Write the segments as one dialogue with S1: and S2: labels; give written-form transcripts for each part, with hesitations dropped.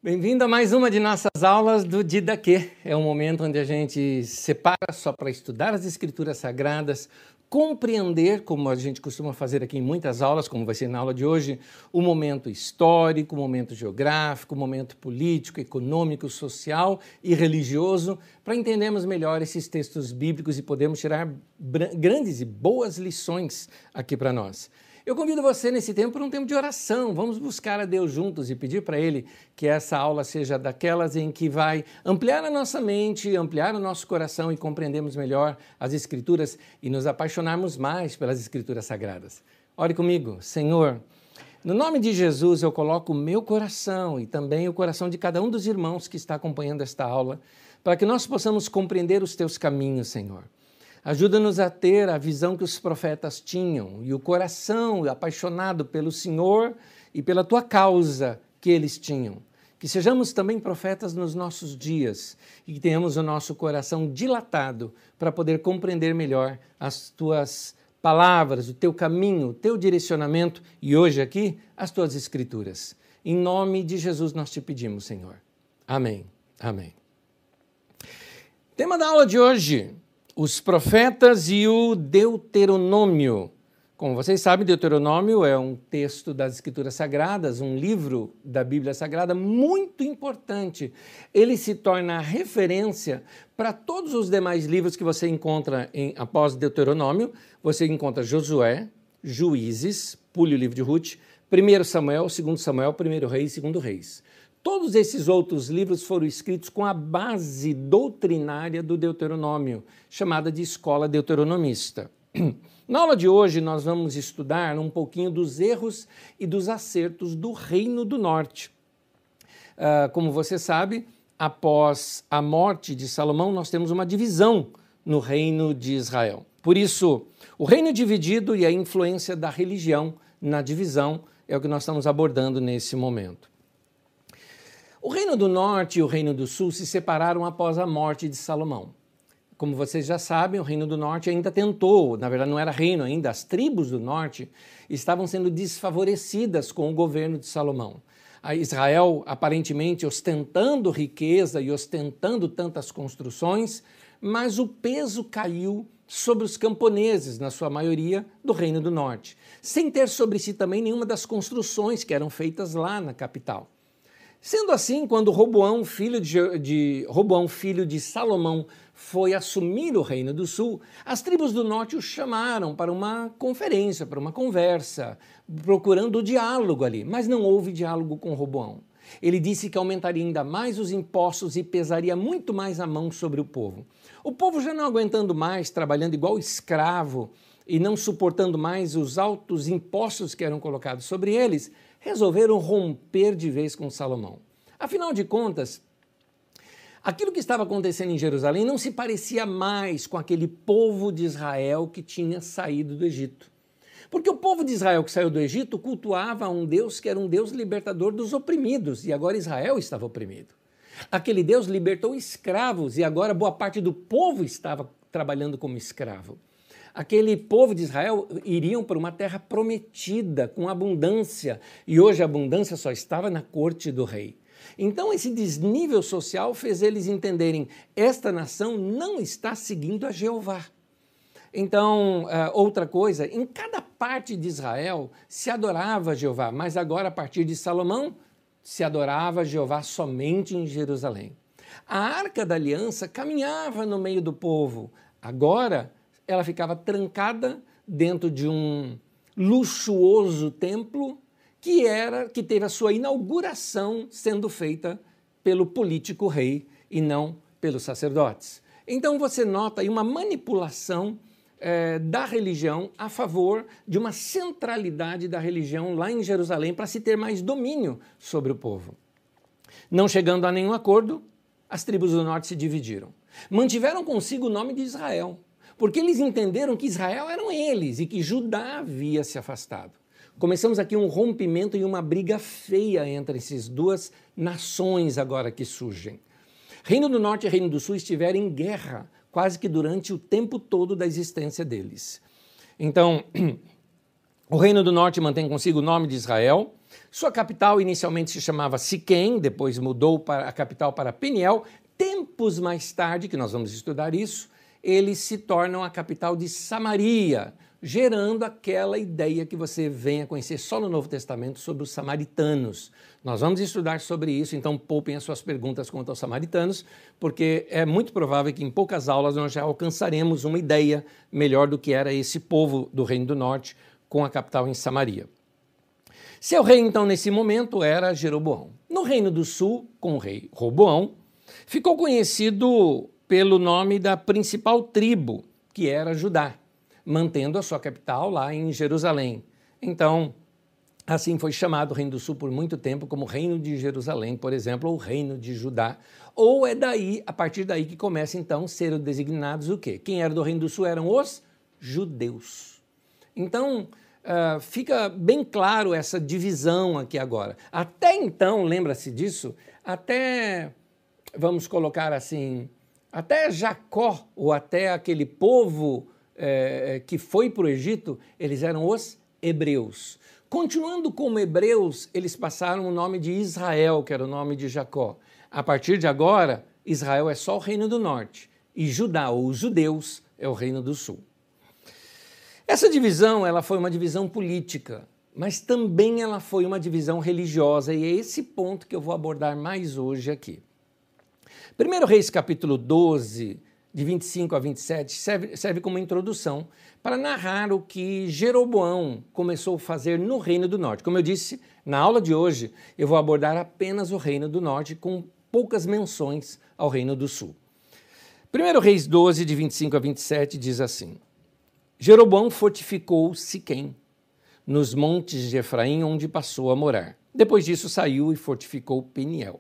S1: Bem-vindo a mais uma de nossas aulas do Didaquê. É um momento onde a gente separa só para estudar as Escrituras Sagradas, compreender, como a gente costuma fazer aqui em muitas aulas, como vai ser na aula de hoje, o momento histórico, o momento geográfico, o momento político, econômico, social e religioso, para entendermos melhor esses textos bíblicos e podermos tirar grandes e boas lições aqui para nós. Eu convido você nesse tempo para um tempo de oração. Vamos buscar a Deus juntos e pedir para Ele que essa aula seja daquelas em que vai ampliar a nossa mente, ampliar o nosso coração e compreendermos melhor as Escrituras e nos apaixonarmos mais pelas Escrituras Sagradas. Ore comigo. Senhor, no nome de Jesus eu coloco o meu coração e também o coração de cada um dos irmãos que está acompanhando esta aula, para que nós possamos compreender os teus caminhos, Senhor. Ajuda-nos a ter a visão que os profetas tinham e o coração apaixonado pelo Senhor e pela tua causa que eles tinham. Que sejamos também profetas nos nossos dias e que tenhamos o nosso coração dilatado para poder compreender melhor as tuas palavras, o teu caminho, o teu direcionamento e hoje aqui as tuas escrituras. Em nome de Jesus nós te pedimos, Senhor. Amém. Amém. Tema da aula de hoje: os profetas e o Deuteronômio. Como vocês sabem, Deuteronômio é um texto das Escrituras Sagradas, um livro da Bíblia Sagrada muito importante. Ele se torna referência para todos os demais livros que você encontra após Deuteronômio. Você encontra Josué, Juízes, pule o livro de Ruth, 1 Samuel, 2 Samuel, 1 Reis e 2 Reis. Todos esses outros livros foram escritos com a base doutrinária do Deuteronômio, chamada de Escola Deuteronomista. Na aula de hoje, nós vamos estudar um pouquinho dos erros e dos acertos do Reino do Norte. Como você sabe, após a morte de Salomão, nós temos uma divisão no Reino de Israel. Por isso, o reino dividido e a influência da religião na divisão é o que nós estamos abordando nesse momento. O Reino do Norte e o Reino do Sul se separaram após a morte de Salomão. Como vocês já sabem, o Reino do Norte ainda tentou, na verdade não era reino ainda, as tribos do Norte estavam sendo desfavorecidas com o governo de Salomão. A Israel, aparentemente, ostentando riqueza e ostentando tantas construções, mas o peso caiu sobre os camponeses, na sua maioria, do Reino do Norte, sem ter sobre si também nenhuma das construções que eram feitas lá na capital. Sendo assim, quando Roboão, filho de Salomão, foi assumir o Reino do Sul, as tribos do Norte o chamaram para uma conferência, para uma conversa, procurando o diálogo ali, mas não houve diálogo com Roboão. Ele disse que aumentaria ainda mais os impostos e pesaria muito mais a mão sobre o povo. O povo já não aguentando mais, trabalhando igual escravo e não suportando mais os altos impostos que eram colocados sobre eles, resolveram romper de vez com Salomão. Afinal de contas, aquilo que estava acontecendo em Jerusalém não se parecia mais com aquele povo de Israel que tinha saído do Egito. Porque o povo de Israel que saiu do Egito cultuava um Deus que era um Deus libertador dos oprimidos, e agora Israel estava oprimido. Aquele Deus libertou escravos, e agora boa parte do povo estava trabalhando como escravo. Aquele povo de Israel iriam para uma terra prometida, com abundância, e hoje a abundância só estava na corte do rei. Então esse desnível social fez eles entenderem: esta nação não está seguindo a Jeová. Então, outra coisa, em cada parte de Israel se adorava Jeová, mas agora a partir de Salomão se adorava Jeová somente em Jerusalém. A Arca da Aliança caminhava no meio do povo, agora ela ficava trancada dentro de um luxuoso templo que teve a sua inauguração sendo feita pelo político rei e não pelos sacerdotes. Então você nota aí uma manipulação da religião a favor de uma centralidade da religião lá em Jerusalém para se ter mais domínio sobre o povo. Não chegando a nenhum acordo, as tribos do norte se dividiram. Mantiveram consigo o nome de Israel, porque eles entenderam que Israel eram eles e que Judá havia se afastado. Começamos aqui um rompimento e uma briga feia entre essas duas nações agora que surgem. Reino do Norte e Reino do Sul estiveram em guerra quase que durante o tempo todo da existência deles. Então, o Reino do Norte mantém consigo o nome de Israel, Sua capital inicialmente se chamava Siquém, depois mudou a capital para Peniel. Tempos mais tarde, que nós vamos estudar isso, eles se tornam a capital de Samaria, gerando aquela ideia que você vem a conhecer só no Novo Testamento sobre os samaritanos. Nós vamos estudar sobre isso, então poupem as suas perguntas quanto aos samaritanos, porque é muito provável que em poucas aulas nós já alcançaremos uma ideia melhor do que era esse povo do Reino do Norte com a capital em Samaria. Seu rei, então, nesse momento era Jeroboão. No Reino do Sul, com o rei Roboão, ficou conhecido pelo nome da principal tribo, que era Judá, mantendo a sua capital lá em Jerusalém. Então, assim foi chamado o Reino do Sul por muito tempo como Reino de Jerusalém, por exemplo, ou Reino de Judá. Ou é daí, a partir daí que começa então a ser designados o quê? Quem era do Reino do Sul eram os judeus. Então, fica bem claro essa divisão aqui agora. Até então, lembra-se disso? Vamos colocar assim, até Jacó, ou até aquele povo que foi para o Egito, eles eram os hebreus. Continuando como hebreus, eles passaram o nome de Israel, que era o nome de Jacó. A partir de agora, Israel é só o Reino do Norte, e Judá, ou os judeus, é o Reino do Sul. Essa divisão, ela foi uma divisão política, mas também ela foi uma divisão religiosa, e é esse ponto que eu vou abordar mais hoje aqui. 1 Reis capítulo 12, de 25 a 27, serve como introdução para narrar o que Jeroboão começou a fazer no Reino do Norte. Como eu disse, na aula de hoje, eu vou abordar apenas o Reino do Norte, com poucas menções ao Reino do Sul. 1 Reis 12, de 25 a 27, diz assim: Jeroboão fortificou Siquém, nos montes de Efraim, onde passou a morar. Depois disso saiu e fortificou Peniel.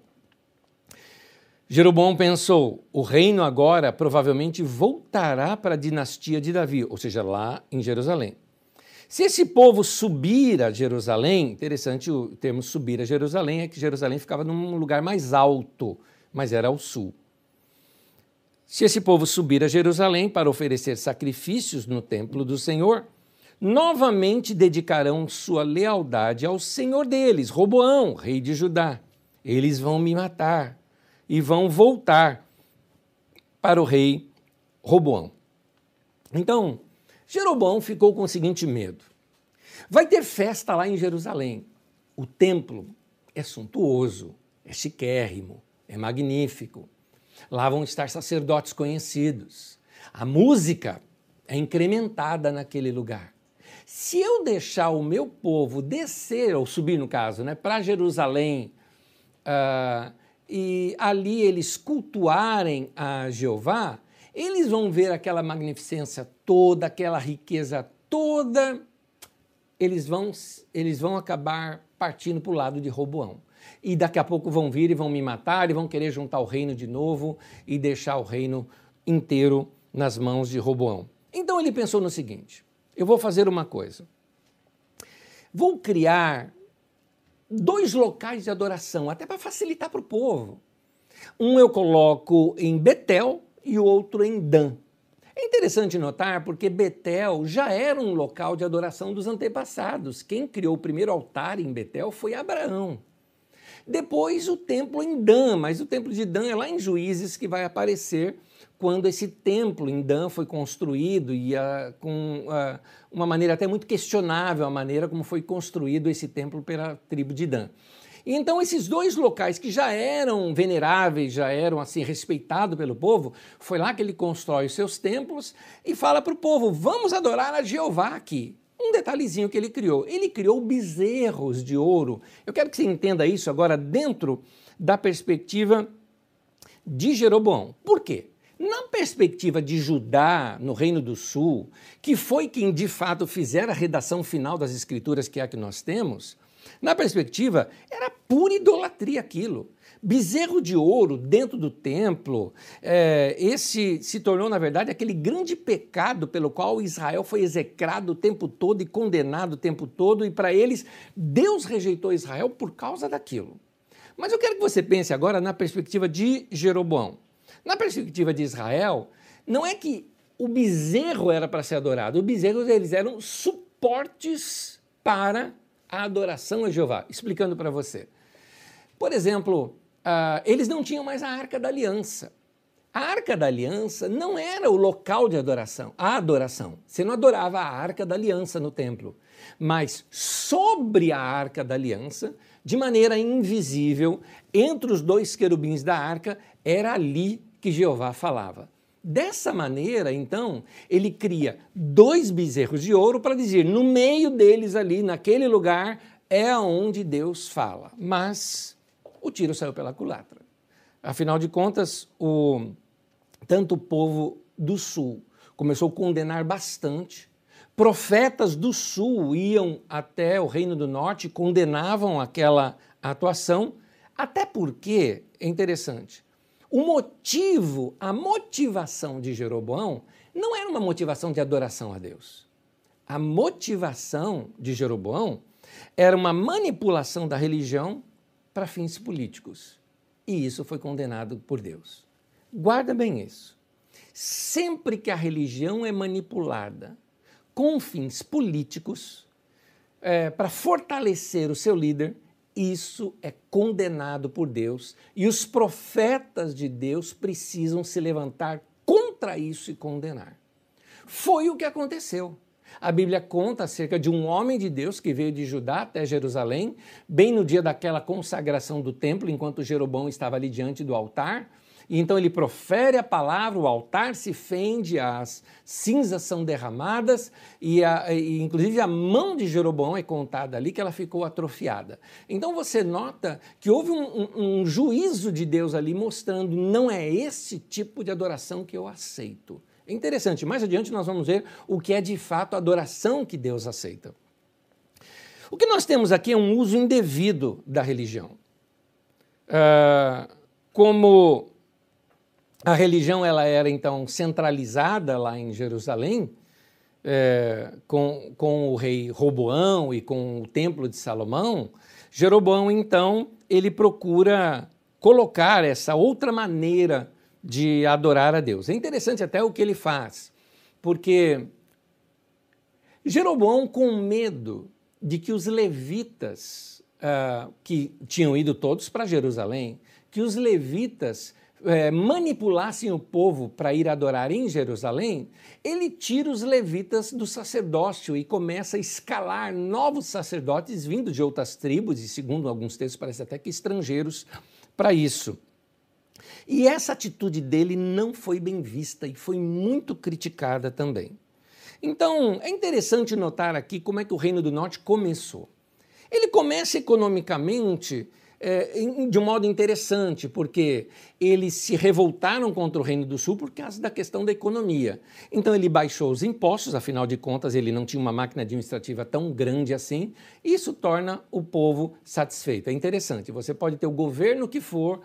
S1: Jeroboão pensou, o reino agora provavelmente voltará para a dinastia de Davi, ou seja, lá em Jerusalém. Se esse povo subir a Jerusalém, interessante o termo subir a Jerusalém, é que Jerusalém ficava num lugar mais alto, mas era ao sul. Se esse povo subir a Jerusalém para oferecer sacrifícios no templo do Senhor, novamente dedicarão sua lealdade ao Senhor deles, Roboão, rei de Judá. Eles vão me matar e vão voltar para o rei Roboão. Então, Jeroboão ficou com o seguinte medo. Vai ter festa lá em Jerusalém. O templo é suntuoso, é chiquérrimo, é magnífico. Lá vão estar sacerdotes conhecidos. A música é incrementada naquele lugar. Se eu deixar o meu povo descer, ou subir no caso, para Jerusalém, e ali eles cultuarem a Jeová, eles vão ver aquela magnificência toda, aquela riqueza toda, eles vão acabar partindo para o lado de Roboão. E daqui a pouco vão vir e vão me matar e vão querer juntar o reino de novo e deixar o reino inteiro nas mãos de Roboão. Então ele pensou no seguinte, eu vou fazer uma coisa, vou criar 2 locais de adoração, até para facilitar para o povo. Um eu coloco em Betel e o outro em Dan. É interessante notar porque Betel já era um local de adoração dos antepassados. Quem criou o primeiro altar em Betel foi Abraão. Depois o templo em Dan, mas o templo de Dan é lá em Juízes que vai aparecer quando esse templo em Dan foi construído e com uma maneira até muito questionável a maneira como foi construído esse templo pela tribo de Dan. E então esses 2 locais que já eram veneráveis, já eram assim respeitados pelo povo, foi lá que ele constrói os seus templos e fala para o povo, vamos adorar a Jeová aqui. Um detalhezinho que ele criou bezerros de ouro. Eu quero que você entenda isso agora dentro da perspectiva de Jeroboão. Por quê? Na perspectiva de Judá, no Reino do Sul, que foi quem de fato fizeram a redação final das escrituras que é a que nós temos, na perspectiva era pura idolatria aquilo. Bezerro de ouro dentro do templo, esse se tornou, na verdade, aquele grande pecado pelo qual Israel foi execrado o tempo todo e condenado o tempo todo, e para eles, Deus rejeitou Israel por causa daquilo. Mas eu quero que você pense agora na perspectiva de Jeroboão. Na perspectiva de Israel, não é que o bezerro era para ser adorado, os bezerros eles eram suportes para a adoração a Jeová. Explicando para você. Por exemplo, eles não tinham mais a Arca da Aliança. A Arca da Aliança não era o local de adoração, a adoração. Você não adorava a Arca da Aliança no templo. Mas sobre a Arca da Aliança, de maneira invisível, entre os dois querubins da arca, era ali que Jeová falava. Dessa maneira, então, ele cria 2 bezerros de ouro para dizer, no meio deles ali, naquele lugar, é onde Deus fala. Mas o tiro saiu pela culatra. Afinal de contas, tanto o povo do sul começou a condenar bastante. Profetas do sul iam até o reino do norte e condenavam aquela atuação, até porque, é interessante, a motivação de Jeroboão não era uma motivação de adoração a Deus. A motivação de Jeroboão era uma manipulação da religião para fins políticos. E isso foi condenado por Deus. Guarda bem isso. Sempre que a religião é manipulada com fins políticos, para fortalecer o seu líder, isso é condenado por Deus e os profetas de Deus precisam se levantar contra isso e condenar. Foi o que aconteceu. A Bíblia conta acerca de um homem de Deus que veio de Judá até Jerusalém, bem no dia daquela consagração do templo, enquanto Jeroboão estava ali diante do altar. E então ele profere a palavra, o altar se fende, as cinzas são derramadas e inclusive a mão de Jeroboão é contada ali que ela ficou atrofiada. Então você nota que houve um juízo de Deus ali mostrando não é esse tipo de adoração que eu aceito. É interessante, mais adiante nós vamos ver o que é de fato a adoração que Deus aceita. O que nós temos aqui é um uso indevido da religião. Como a religião ela era, então, centralizada lá em Jerusalém, com o rei Roboão e com o templo de Salomão, Jeroboão, então, ele procura colocar essa outra maneira de adorar a Deus. É interessante até o que ele faz, porque Jeroboão, com medo de que os levitas, que tinham ido todos para Jerusalém, que os levitas manipulassem o povo para ir adorar em Jerusalém, ele tira os levitas do sacerdócio e começa a escalar novos sacerdotes vindos de outras tribos, e segundo alguns textos parece até que estrangeiros, para isso. E essa atitude dele não foi bem vista e foi muito criticada também. Então, é interessante notar aqui como é que o Reino do Norte começou. Ele começa economicamente de um modo interessante, porque eles se revoltaram contra o Reino do Sul por causa da questão da economia. Então ele baixou os impostos, afinal de contas ele não tinha uma máquina administrativa tão grande assim, e isso torna o povo satisfeito. É interessante, você pode ter o governo que for,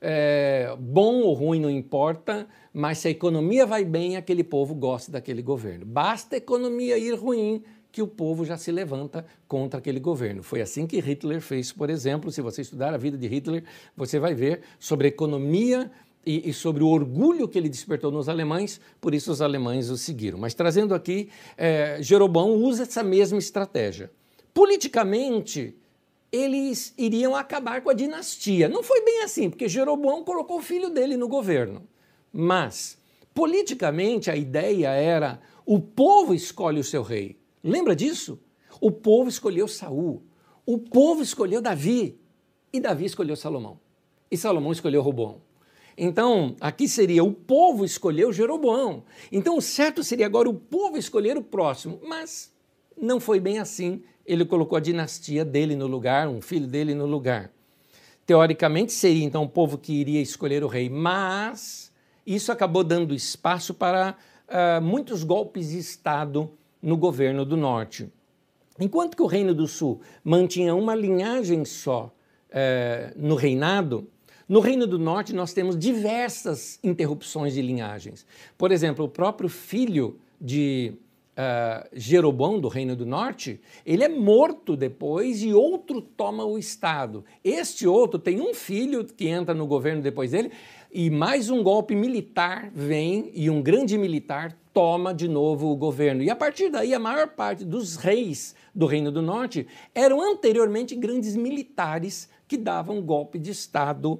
S1: bom ou ruim não importa, mas se a economia vai bem, aquele povo gosta daquele governo. Basta a economia ir ruim, que o povo já se levanta contra aquele governo. Foi assim que Hitler fez, por exemplo. Se você estudar a vida de Hitler, você vai ver sobre a economia e sobre o orgulho que ele despertou nos alemães, por isso os alemães o seguiram. Mas trazendo aqui, Jeroboão usa essa mesma estratégia. Politicamente, eles iriam acabar com a dinastia. Não foi bem assim, porque Jeroboão colocou o filho dele no governo. Mas, politicamente, a ideia era o povo escolhe o seu rei. Lembra disso? O povo escolheu Saul, o povo escolheu Davi, e Davi escolheu Salomão, e Salomão escolheu Roboão. Então, aqui seria o povo escolheu Jeroboão. Então, o certo seria agora o povo escolher o próximo, mas não foi bem assim. Ele colocou a dinastia dele no lugar, um filho dele no lugar. Teoricamente, seria então o povo que iria escolher o rei, mas isso acabou dando espaço para muitos golpes de Estado no governo do norte. Enquanto que o Reino do Sul mantinha uma linhagem só no reinado, no Reino do Norte nós temos diversas interrupções de linhagens. Por exemplo, o próprio filho de Jeroboão, do Reino do Norte, ele é morto depois e outro toma o estado. Este outro tem um filho que entra no governo depois dele e mais um golpe militar vem e um grande militar toma de novo o governo. E a partir daí a maior parte dos reis do Reino do Norte eram anteriormente grandes militares que davam golpe de estado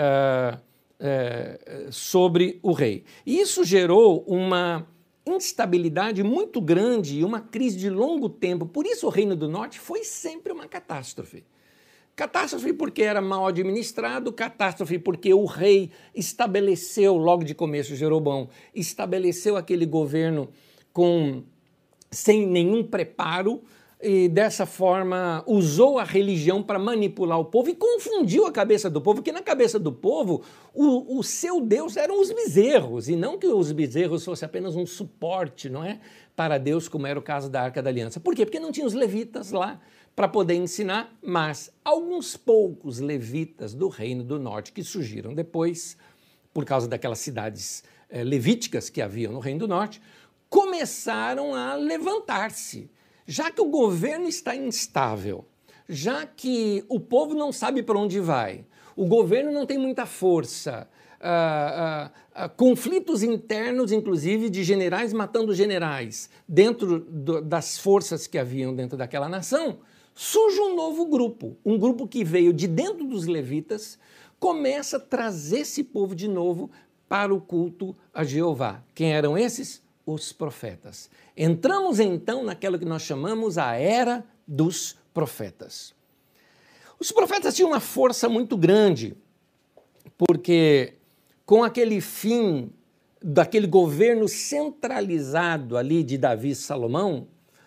S1: sobre o rei. E isso gerou uma instabilidade muito grande e uma crise de longo tempo. Por isso o Reino do Norte foi sempre uma catástrofe. Catástrofe porque era mal administrado, catástrofe porque o rei estabeleceu, logo de começo, Jeroboão, estabeleceu aquele governo sem nenhum preparo, e dessa forma usou a religião para manipular o povo e confundiu a cabeça do povo, porque na cabeça do povo o seu Deus eram os bezerros, e não que os bezerros fossem apenas um suporte, não é, para Deus, como era o caso da Arca da Aliança. Por quê? Porque não tinha os levitas lá para poder ensinar, mas alguns poucos levitas do Reino do Norte que surgiram depois, por causa daquelas cidades levíticas que haviam no Reino do Norte, começaram a levantar-se. Já que o governo está instável, já que o povo não sabe para onde vai, o governo não tem muita força, conflitos internos, inclusive, de generais matando generais dentro das forças que haviam dentro daquela nação, surge um novo grupo, um grupo que veio de dentro dos levitas, começa a trazer esse povo de novo para o culto a Jeová. Quem eram esses? Os profetas. Entramos então naquela que nós chamamos a era dos profetas. Os profetas tinham uma força muito grande, porque com aquele fim daquele governo centralizado ali de Davi e Salomão,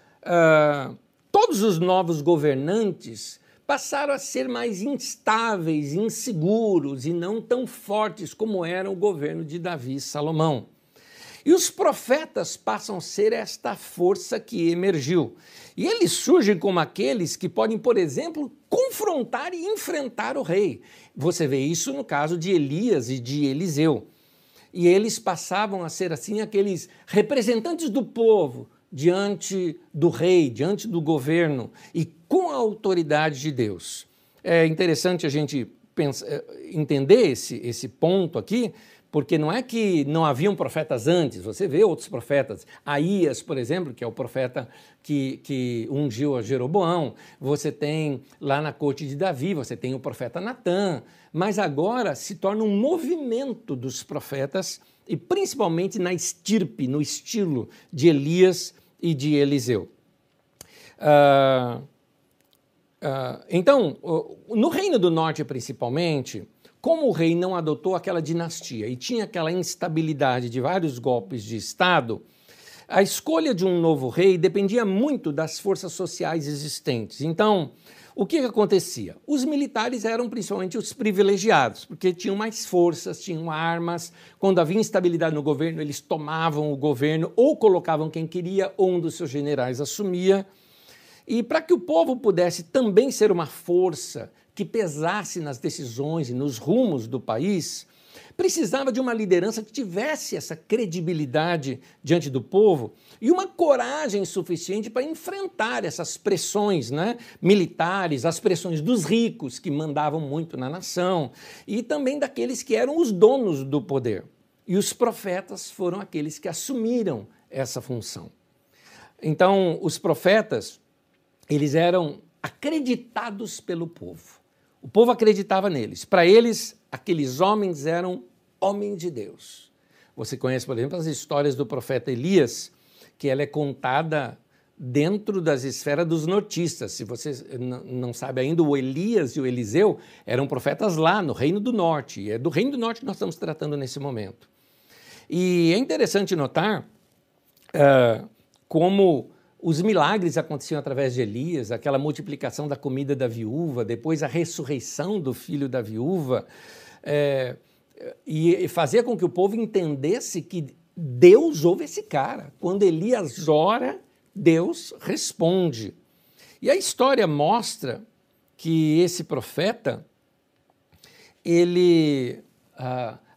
S1: todos os novos governantes passaram a ser mais instáveis, inseguros e não tão fortes como era o governo de Davi e Salomão. E os profetas passam a ser esta força que emergiu. E eles surgem como aqueles que podem, por exemplo, confrontar e enfrentar o rei. Você vê isso no caso de Elias e de Eliseu. E eles passavam a ser, assim, aqueles representantes do povo diante do rei, diante do governo e com a autoridade de Deus. É interessante a gente entender esse ponto aqui, porque não é que não haviam profetas antes, você vê outros profetas, Aías, por exemplo, que é o profeta que ungiu a Jeroboão, você tem lá na corte de Davi, você tem o profeta Natã, mas agora se torna um movimento dos profetas, e principalmente na estirpe, no estilo de Elias e de Eliseu. Então, no Reino do Norte principalmente, como o rei não adotou aquela dinastia e tinha aquela instabilidade de vários golpes de Estado, a escolha de um novo rei dependia muito das forças sociais existentes. Então, o que acontecia? Os militares eram principalmente os privilegiados, porque tinham mais forças, tinham armas. Quando havia instabilidade no governo, eles tomavam o governo ou colocavam quem queria, ou um dos seus generais assumia. E para que o povo pudesse também ser uma força que pesasse nas decisões e nos rumos do país, precisava de uma liderança que tivesse essa credibilidade diante do povo e uma coragem suficiente para enfrentar essas pressões, né, militares, as pressões dos ricos que mandavam muito na nação e também daqueles que eram os donos do poder. E os profetas foram aqueles que assumiram essa função. Então, os profetas, eles eram acreditados pelo povo. O povo acreditava neles. Para eles, aqueles homens eram homens de Deus. Você conhece, por exemplo, as histórias do profeta Elias, que ela é contada dentro das esferas dos nortistas. Se você não sabe ainda, o Elias e o Eliseu eram profetas lá no Reino do Norte. E é do Reino do Norte que nós estamos tratando nesse momento. E é interessante notar como os milagres aconteciam através de Elias, aquela multiplicação da comida da viúva, depois a ressurreição do filho da viúva, e fazia com que o povo entendesse que Deus ouve esse cara. Quando Elias ora, Deus responde. E a história mostra que esse profeta, ele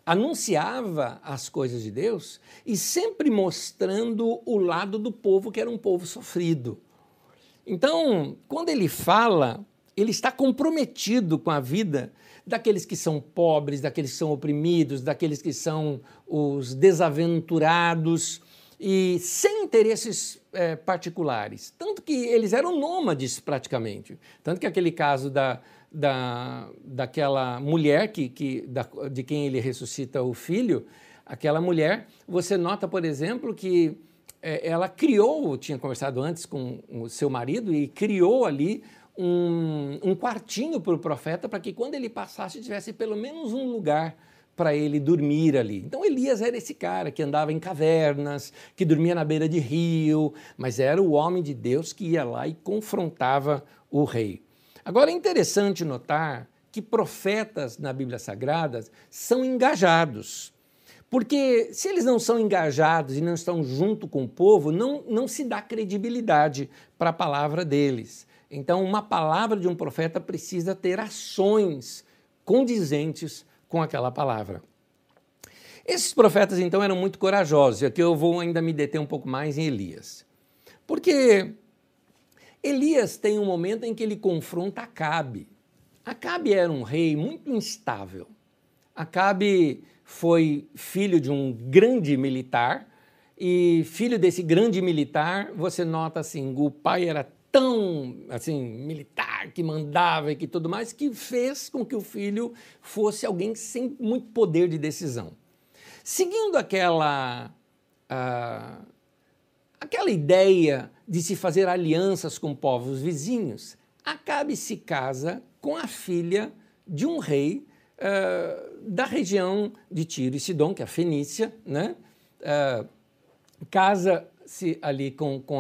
S1: anunciava as coisas de Deus e sempre mostrando o lado do povo que era um povo sofrido. Então, quando ele fala, ele está comprometido com a vida daqueles que são pobres, daqueles que são oprimidos, daqueles que são os desaventurados e sem interesses particulares. Tanto que eles eram nômades praticamente. Tanto que aquele caso daquela mulher de quem ele ressuscita o filho, aquela mulher, você nota, por exemplo, que ela tinha conversado antes com o seu marido e criou ali um quartinho para o profeta para que quando ele passasse tivesse pelo menos um lugar para ele dormir ali. Então Elias era esse cara que andava em cavernas, que dormia na beira de rio, mas era o homem de Deus que ia lá e confrontava o rei. Agora é interessante notar que profetas na Bíblia Sagrada são engajados. Porque se eles não são engajados e não estão junto com o povo, não se dá credibilidade para a palavra deles. Então, uma palavra de um profeta precisa ter ações condizentes com aquela palavra. Esses profetas, então, eram muito corajosos. E aqui eu vou ainda me deter um pouco mais em Elias. Porque Elias tem um momento em que ele confronta Acabe. Acabe era um rei muito instável. Acabe foi filho de um grande militar, e filho desse grande militar, você nota assim, o pai era tão assim, militar, que mandava e que tudo mais, que fez com que o filho fosse alguém sem muito poder de decisão. Seguindo aquela ideia de se fazer alianças com povos vizinhos, Acabe se casa com a filha de um rei da região de Tiro e Sidom, que é a Fenícia, né? Casa-se ali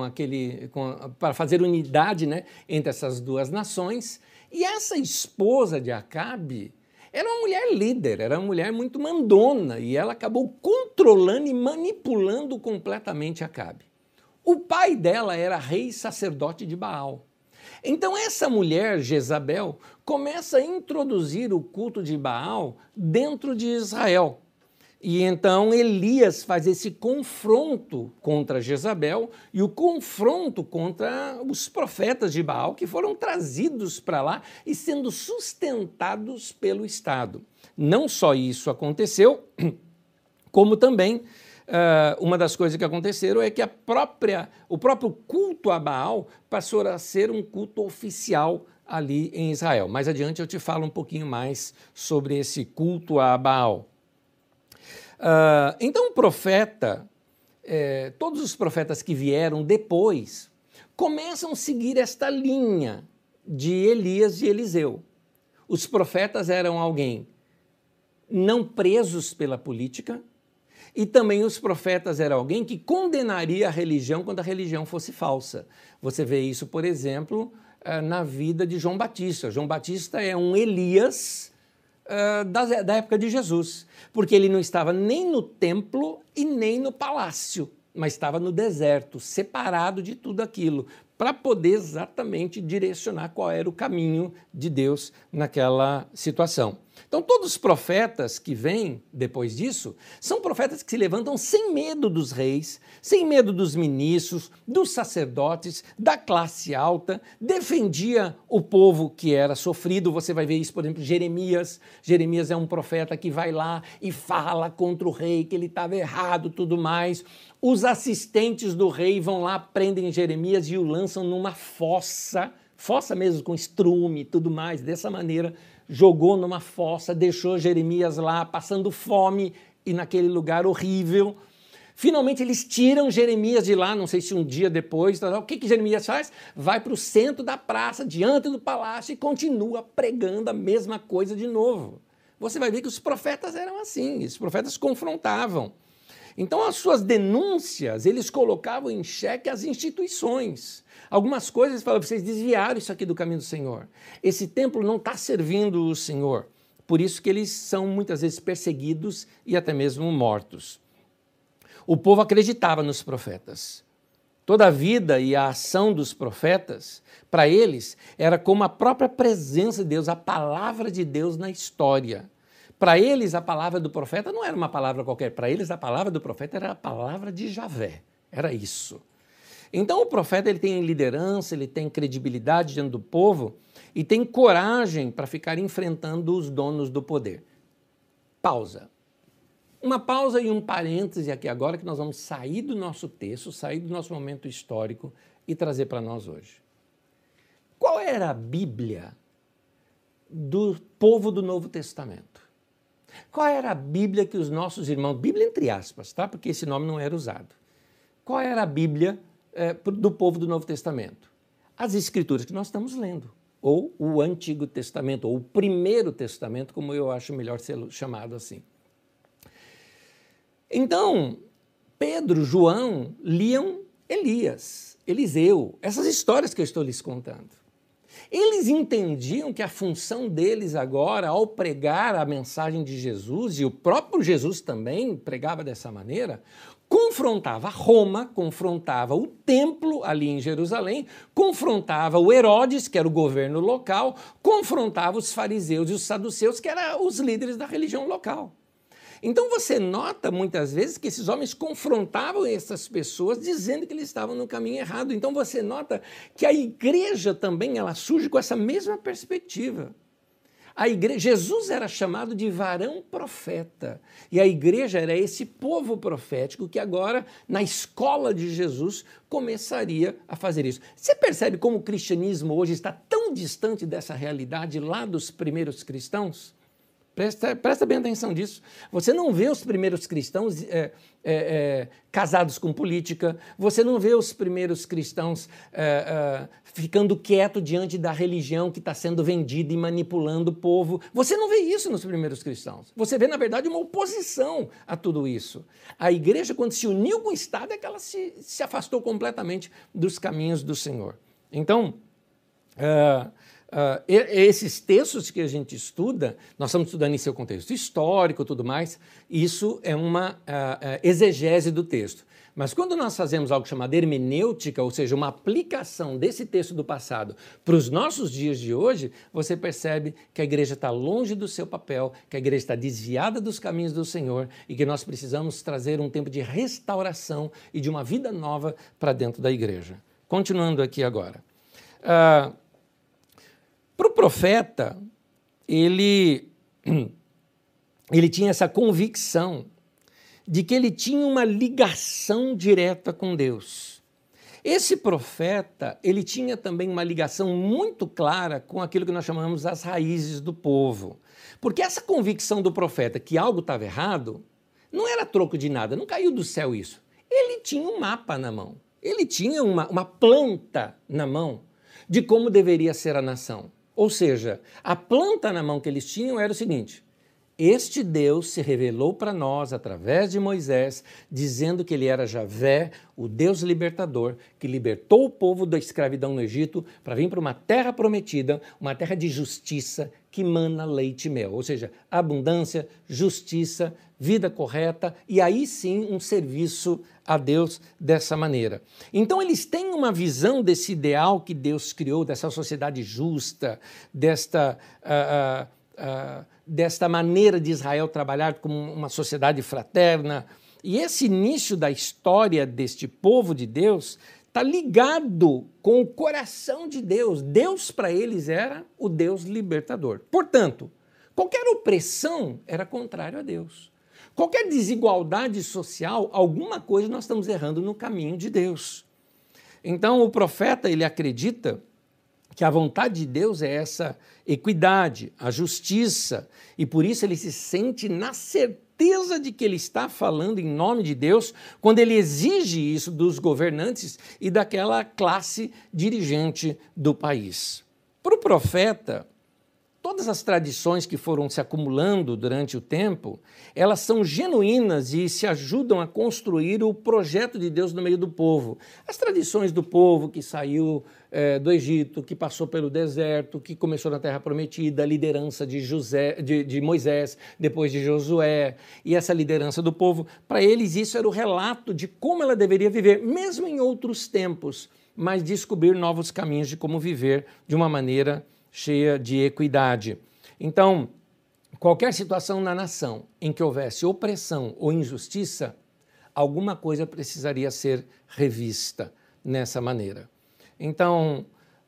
S1: para fazer unidade, né, entre essas duas nações, e essa esposa de Acabe era uma mulher líder, era uma mulher muito mandona, e ela acabou controlando e manipulando completamente Acabe. O pai dela era rei sacerdote de Baal. Então essa mulher, Jezabel, começa a introduzir o culto de Baal dentro de Israel. E então Elias faz esse confronto contra Jezabel e o confronto contra os profetas de Baal que foram trazidos para lá e sendo sustentados pelo Estado. Não só isso aconteceu, como também uma das coisas que aconteceram é que o próprio culto a Baal passou a ser um culto oficial ali em Israel. Mais adiante eu te falo um pouquinho mais sobre esse culto a Baal. Então o profeta, todos os profetas que vieram depois, começam a seguir esta linha de Elias e Eliseu. Os profetas eram alguém não presos pela política, e também os profetas eram alguém que condenaria a religião quando a religião fosse falsa. Você vê isso, por exemplo, na vida de João Batista. João Batista é um Elias da época de Jesus, porque ele não estava nem no templo e nem no palácio, mas estava no deserto, separado de tudo aquilo, para poder exatamente direcionar qual era o caminho de Deus naquela situação. Então, todos os profetas que vêm depois disso são profetas que se levantam sem medo dos reis, sem medo dos ministros, dos sacerdotes, da classe alta, defendia o povo que era sofrido. Você vai ver isso, por exemplo, Jeremias. Jeremias é um profeta que vai lá e fala contra o rei, que ele estava errado, tudo mais. Os assistentes do rei vão lá, prendem Jeremias e o lançam numa fossa mesmo, com estrume e tudo mais, dessa maneira, jogou numa fossa, deixou Jeremias lá, passando fome e naquele lugar horrível. Finalmente eles tiram Jeremias de lá, não sei se um dia depois, o que Jeremias faz? Vai para o centro da praça, diante do palácio e continua pregando a mesma coisa de novo. Você vai ver que os profetas eram assim, os profetas confrontavam. Então, as suas denúncias, eles colocavam em xeque as instituições. Algumas coisas, falavam, vocês desviaram isso aqui do caminho do Senhor. Esse templo não está servindo o Senhor. Por isso que eles são muitas vezes perseguidos e até mesmo mortos. O povo acreditava nos profetas. Toda a vida e a ação dos profetas, para eles, era como a própria presença de Deus, a palavra de Deus na história. Para eles, a palavra do profeta não era uma palavra qualquer. Para eles, a palavra do profeta era a palavra de Javé. Era isso. Então, o profeta ele tem liderança, ele tem credibilidade diante do povo e tem coragem para ficar enfrentando os donos do poder. Pausa. Uma pausa e um parêntese aqui agora que nós vamos sair do nosso texto, sair do nosso momento histórico e trazer para nós hoje. Qual era a Bíblia do povo do Novo Testamento? Qual era a Bíblia que os nossos irmãos, Bíblia entre aspas, tá? Porque esse nome não era usado. Qual era a Bíblia do povo do Novo Testamento? As Escrituras que nós estamos lendo, ou o Antigo Testamento, ou o Primeiro Testamento, como eu acho melhor ser chamado assim. Então, Pedro, João, liam Elias, Eliseu, essas histórias que eu estou lhes contando. Eles entendiam que a função deles agora, ao pregar a mensagem de Jesus, e o próprio Jesus também pregava dessa maneira, confrontava Roma, confrontava o templo ali em Jerusalém, confrontava o Herodes, que era o governo local, confrontava os fariseus e os saduceus, que eram os líderes da religião local. Então você nota muitas vezes que esses homens confrontavam essas pessoas dizendo que eles estavam no caminho errado. Então você nota que a igreja também ela surge com essa mesma perspectiva. A igreja, Jesus era chamado de varão profeta e a igreja era esse povo profético que agora, na escola de Jesus, começaria a fazer isso. Você percebe como o cristianismo hoje está tão distante dessa realidade lá dos primeiros cristãos? Presta bem atenção disso. Você não vê os primeiros cristãos casados com política, você não vê os primeiros cristãos ficando quieto diante da religião que está sendo vendida e manipulando o povo. Você não vê isso nos primeiros cristãos. Você vê, na verdade, uma oposição a tudo isso. A igreja, quando se uniu com o Estado, é que ela se afastou completamente dos caminhos do Senhor. Então, esses textos que a gente estuda, nós estamos estudando em seu contexto histórico e tudo mais, isso é uma exegese do texto. Mas quando nós fazemos algo chamado hermenêutica, ou seja, uma aplicação desse texto do passado para os nossos dias de hoje, você percebe que a igreja está longe do seu papel, que a igreja está desviada dos caminhos do Senhor e que nós precisamos trazer um tempo de restauração e de uma vida nova para dentro da igreja. Continuando aqui agora. Para o profeta, ele tinha essa convicção de que ele tinha uma ligação direta com Deus. Esse profeta, ele tinha também uma ligação muito clara com aquilo que nós chamamos as raízes do povo. Porque essa convicção do profeta que algo estava errado, não era troco de nada, não caiu do céu isso. Ele tinha um mapa na mão, ele tinha uma planta na mão de como deveria ser a nação. Ou seja, a planta na mão que eles tinham era o seguinte: este Deus se revelou para nós através de Moisés, dizendo que ele era Javé, o Deus libertador, que libertou o povo da escravidão no Egito para vir para uma terra prometida, uma terra de justiça que mana leite e mel. Ou seja, abundância, justiça, vida correta e aí sim um serviço a Deus dessa maneira. Então eles têm uma visão desse ideal que Deus criou, dessa sociedade justa, desta maneira de Israel trabalhar como uma sociedade fraterna. E esse início da história deste povo de Deus está ligado com o coração de Deus. Deus para eles era o Deus libertador. Portanto, qualquer opressão era contrário a Deus. Qualquer desigualdade social, alguma coisa nós estamos errando no caminho de Deus. Então o profeta ele acredita que a vontade de Deus é essa equidade, a justiça, e por isso ele se sente na certeza de que ele está falando em nome de Deus quando ele exige isso dos governantes e daquela classe dirigente do país. Para o profeta, todas as tradições que foram se acumulando durante o tempo, elas são genuínas e se ajudam a construir o projeto de Deus no meio do povo. As tradições do povo que saiu do Egito, que passou pelo deserto, que começou na Terra Prometida, a liderança de Moisés, depois de Josué, e essa liderança do povo, para eles isso era o relato de como ela deveria viver, mesmo em outros tempos, mas descobrir novos caminhos de como viver de uma maneira cheia de equidade. Então, qualquer situação na nação em que houvesse opressão ou injustiça, alguma coisa precisaria ser revista nessa maneira. Então,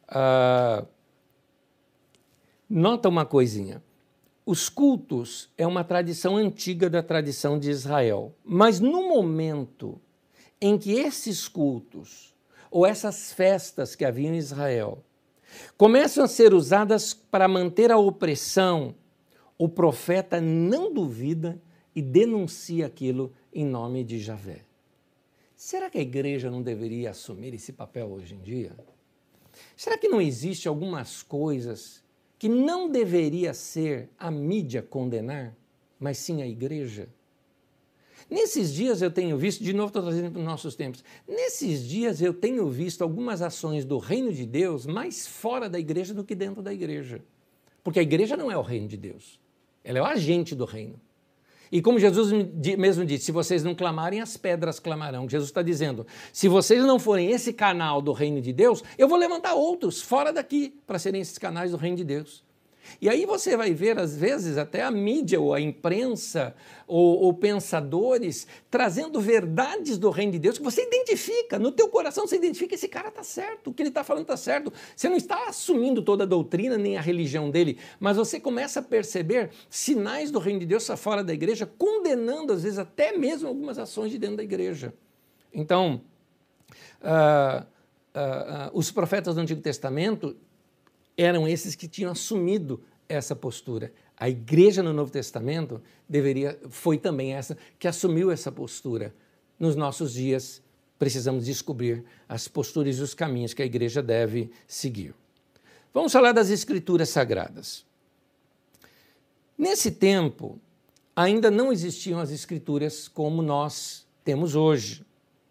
S1: nota uma coisinha. Os cultos é uma tradição antiga da tradição de Israel, mas no momento em que esses cultos ou essas festas que haviam em Israel começam a ser usadas para manter a opressão, o profeta não duvida e denuncia aquilo em nome de Javé. Será que a igreja não deveria assumir esse papel hoje em dia? Será que não existe algumas coisas que não deveria ser a mídia condenar, mas sim a igreja? Nesses dias eu tenho visto, de novo estou trazendo para os nossos tempos, nesses dias eu tenho visto algumas ações do reino de Deus mais fora da igreja do que dentro da igreja. Porque a igreja não é o reino de Deus, ela é o agente do reino. E como Jesus mesmo disse, se vocês não clamarem, as pedras clamarão. Jesus está dizendo, se vocês não forem esse canal do reino de Deus, eu vou levantar outros fora daqui para serem esses canais do reino de Deus. E aí você vai ver, às vezes, até a mídia ou a imprensa ou pensadores trazendo verdades do reino de Deus que você identifica, no teu coração você identifica, esse cara está certo, o que ele está falando está certo. Você não está assumindo toda a doutrina nem a religião dele, mas você começa a perceber sinais do reino de Deus fora da igreja, condenando, às vezes, até mesmo algumas ações de dentro da igreja. Então, os profetas do Antigo Testamento eram esses que tinham assumido essa postura. A igreja no Novo Testamento foi também essa que assumiu essa postura. Nos nossos dias, precisamos descobrir as posturas e os caminhos que a igreja deve seguir. Vamos falar das Escrituras Sagradas. Nesse tempo, ainda não existiam as Escrituras como nós temos hoje.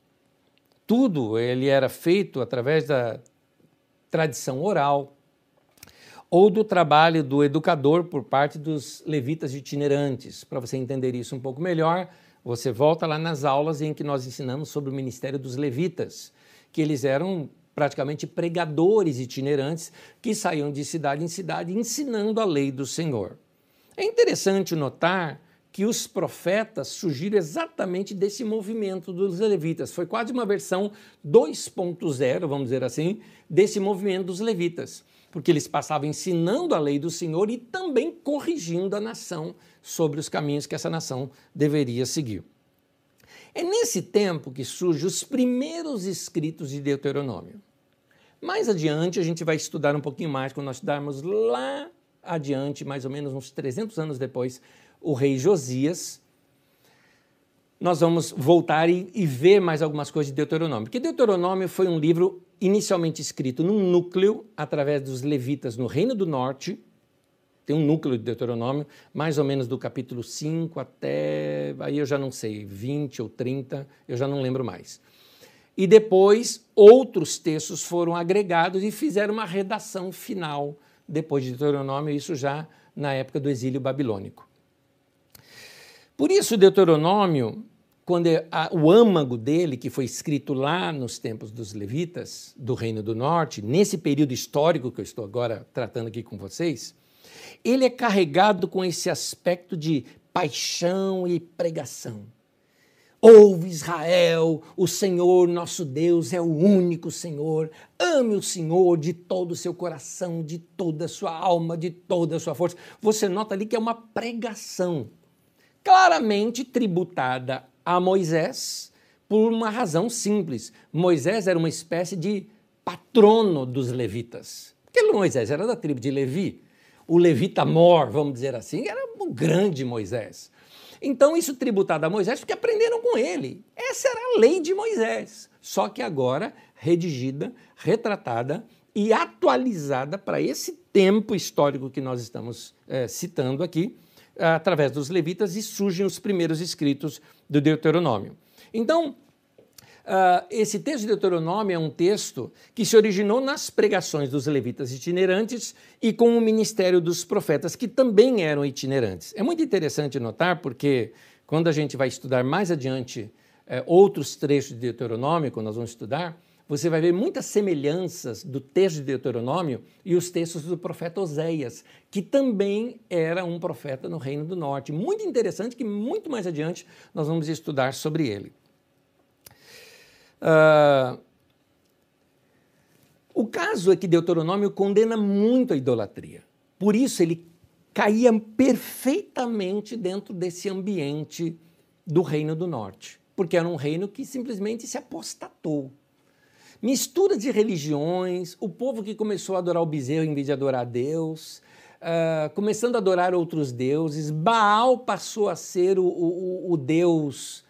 S1: Tudo ele era feito através da tradição oral, ou do trabalho do educador por parte dos levitas itinerantes. Para você entender isso um pouco melhor, você volta lá nas aulas em que nós ensinamos sobre o ministério dos levitas, que eles eram praticamente pregadores itinerantes que saíam de cidade em cidade ensinando a lei do Senhor. É interessante notar que os profetas surgiram exatamente desse movimento dos levitas. Foi quase uma versão 2.0, vamos dizer assim, desse movimento dos levitas, porque eles passavam ensinando a lei do Senhor e também corrigindo a nação sobre os caminhos que essa nação deveria seguir. É nesse tempo que surgem os primeiros escritos de Deuteronômio. Mais adiante, a gente vai estudar um pouquinho mais, quando nós estudarmos lá adiante, mais ou menos uns 300 anos depois, o rei Josias, nós vamos voltar e ver mais algumas coisas de Deuteronômio. Porque Deuteronômio foi um livro inicialmente escrito num núcleo, através dos levitas no Reino do Norte. Tem um núcleo de Deuteronômio, mais ou menos do capítulo 5 até, aí eu já não sei, 20 ou 30, eu já não lembro mais. E depois, outros textos foram agregados e fizeram uma redação final, depois de Deuteronômio, isso já na época do exílio babilônico. Por isso, Deuteronômio, quando o âmago dele, que foi escrito lá nos tempos dos levitas, do Reino do Norte, nesse período histórico que eu estou agora tratando aqui com vocês, ele é carregado com esse aspecto de paixão e pregação. Ouve Israel, o Senhor nosso Deus é o único Senhor. Ame o Senhor de todo o seu coração, de toda a sua alma, de toda a sua força. Você nota ali que é uma pregação claramente tributada a Moisés por uma razão simples. Moisés era uma espécie de patrono dos levitas. Porque Moisés era da tribo de Levi. O levita mor, vamos dizer assim, era o grande Moisés. Então, isso tributado a Moisés, porque aprenderam com ele. Essa era a lei de Moisés, só que agora redigida, retratada e atualizada para esse tempo histórico que nós estamos citando aqui, através dos levitas, e surgem os primeiros escritos do Deuteronômio. Então, esse texto de Deuteronômio é um texto que se originou nas pregações dos levitas itinerantes e com o ministério dos profetas, que também eram itinerantes. É muito interessante notar, porque quando a gente vai estudar mais adiante outros trechos de Deuteronômio, quando nós vamos estudar, você vai ver muitas semelhanças do texto de Deuteronômio e os textos do profeta Oséias, que também era um profeta no Reino do Norte. Muito interessante, que muito mais adiante nós vamos estudar sobre ele. O caso é que Deuteronômio condena muito a idolatria. Por isso ele caía perfeitamente dentro desse ambiente do Reino do Norte, porque era um reino que simplesmente se apostatou. Mistura de religiões, o povo que começou a adorar o bezerro em vez de adorar a Deus, começando a adorar outros deuses. Baal passou a ser o deus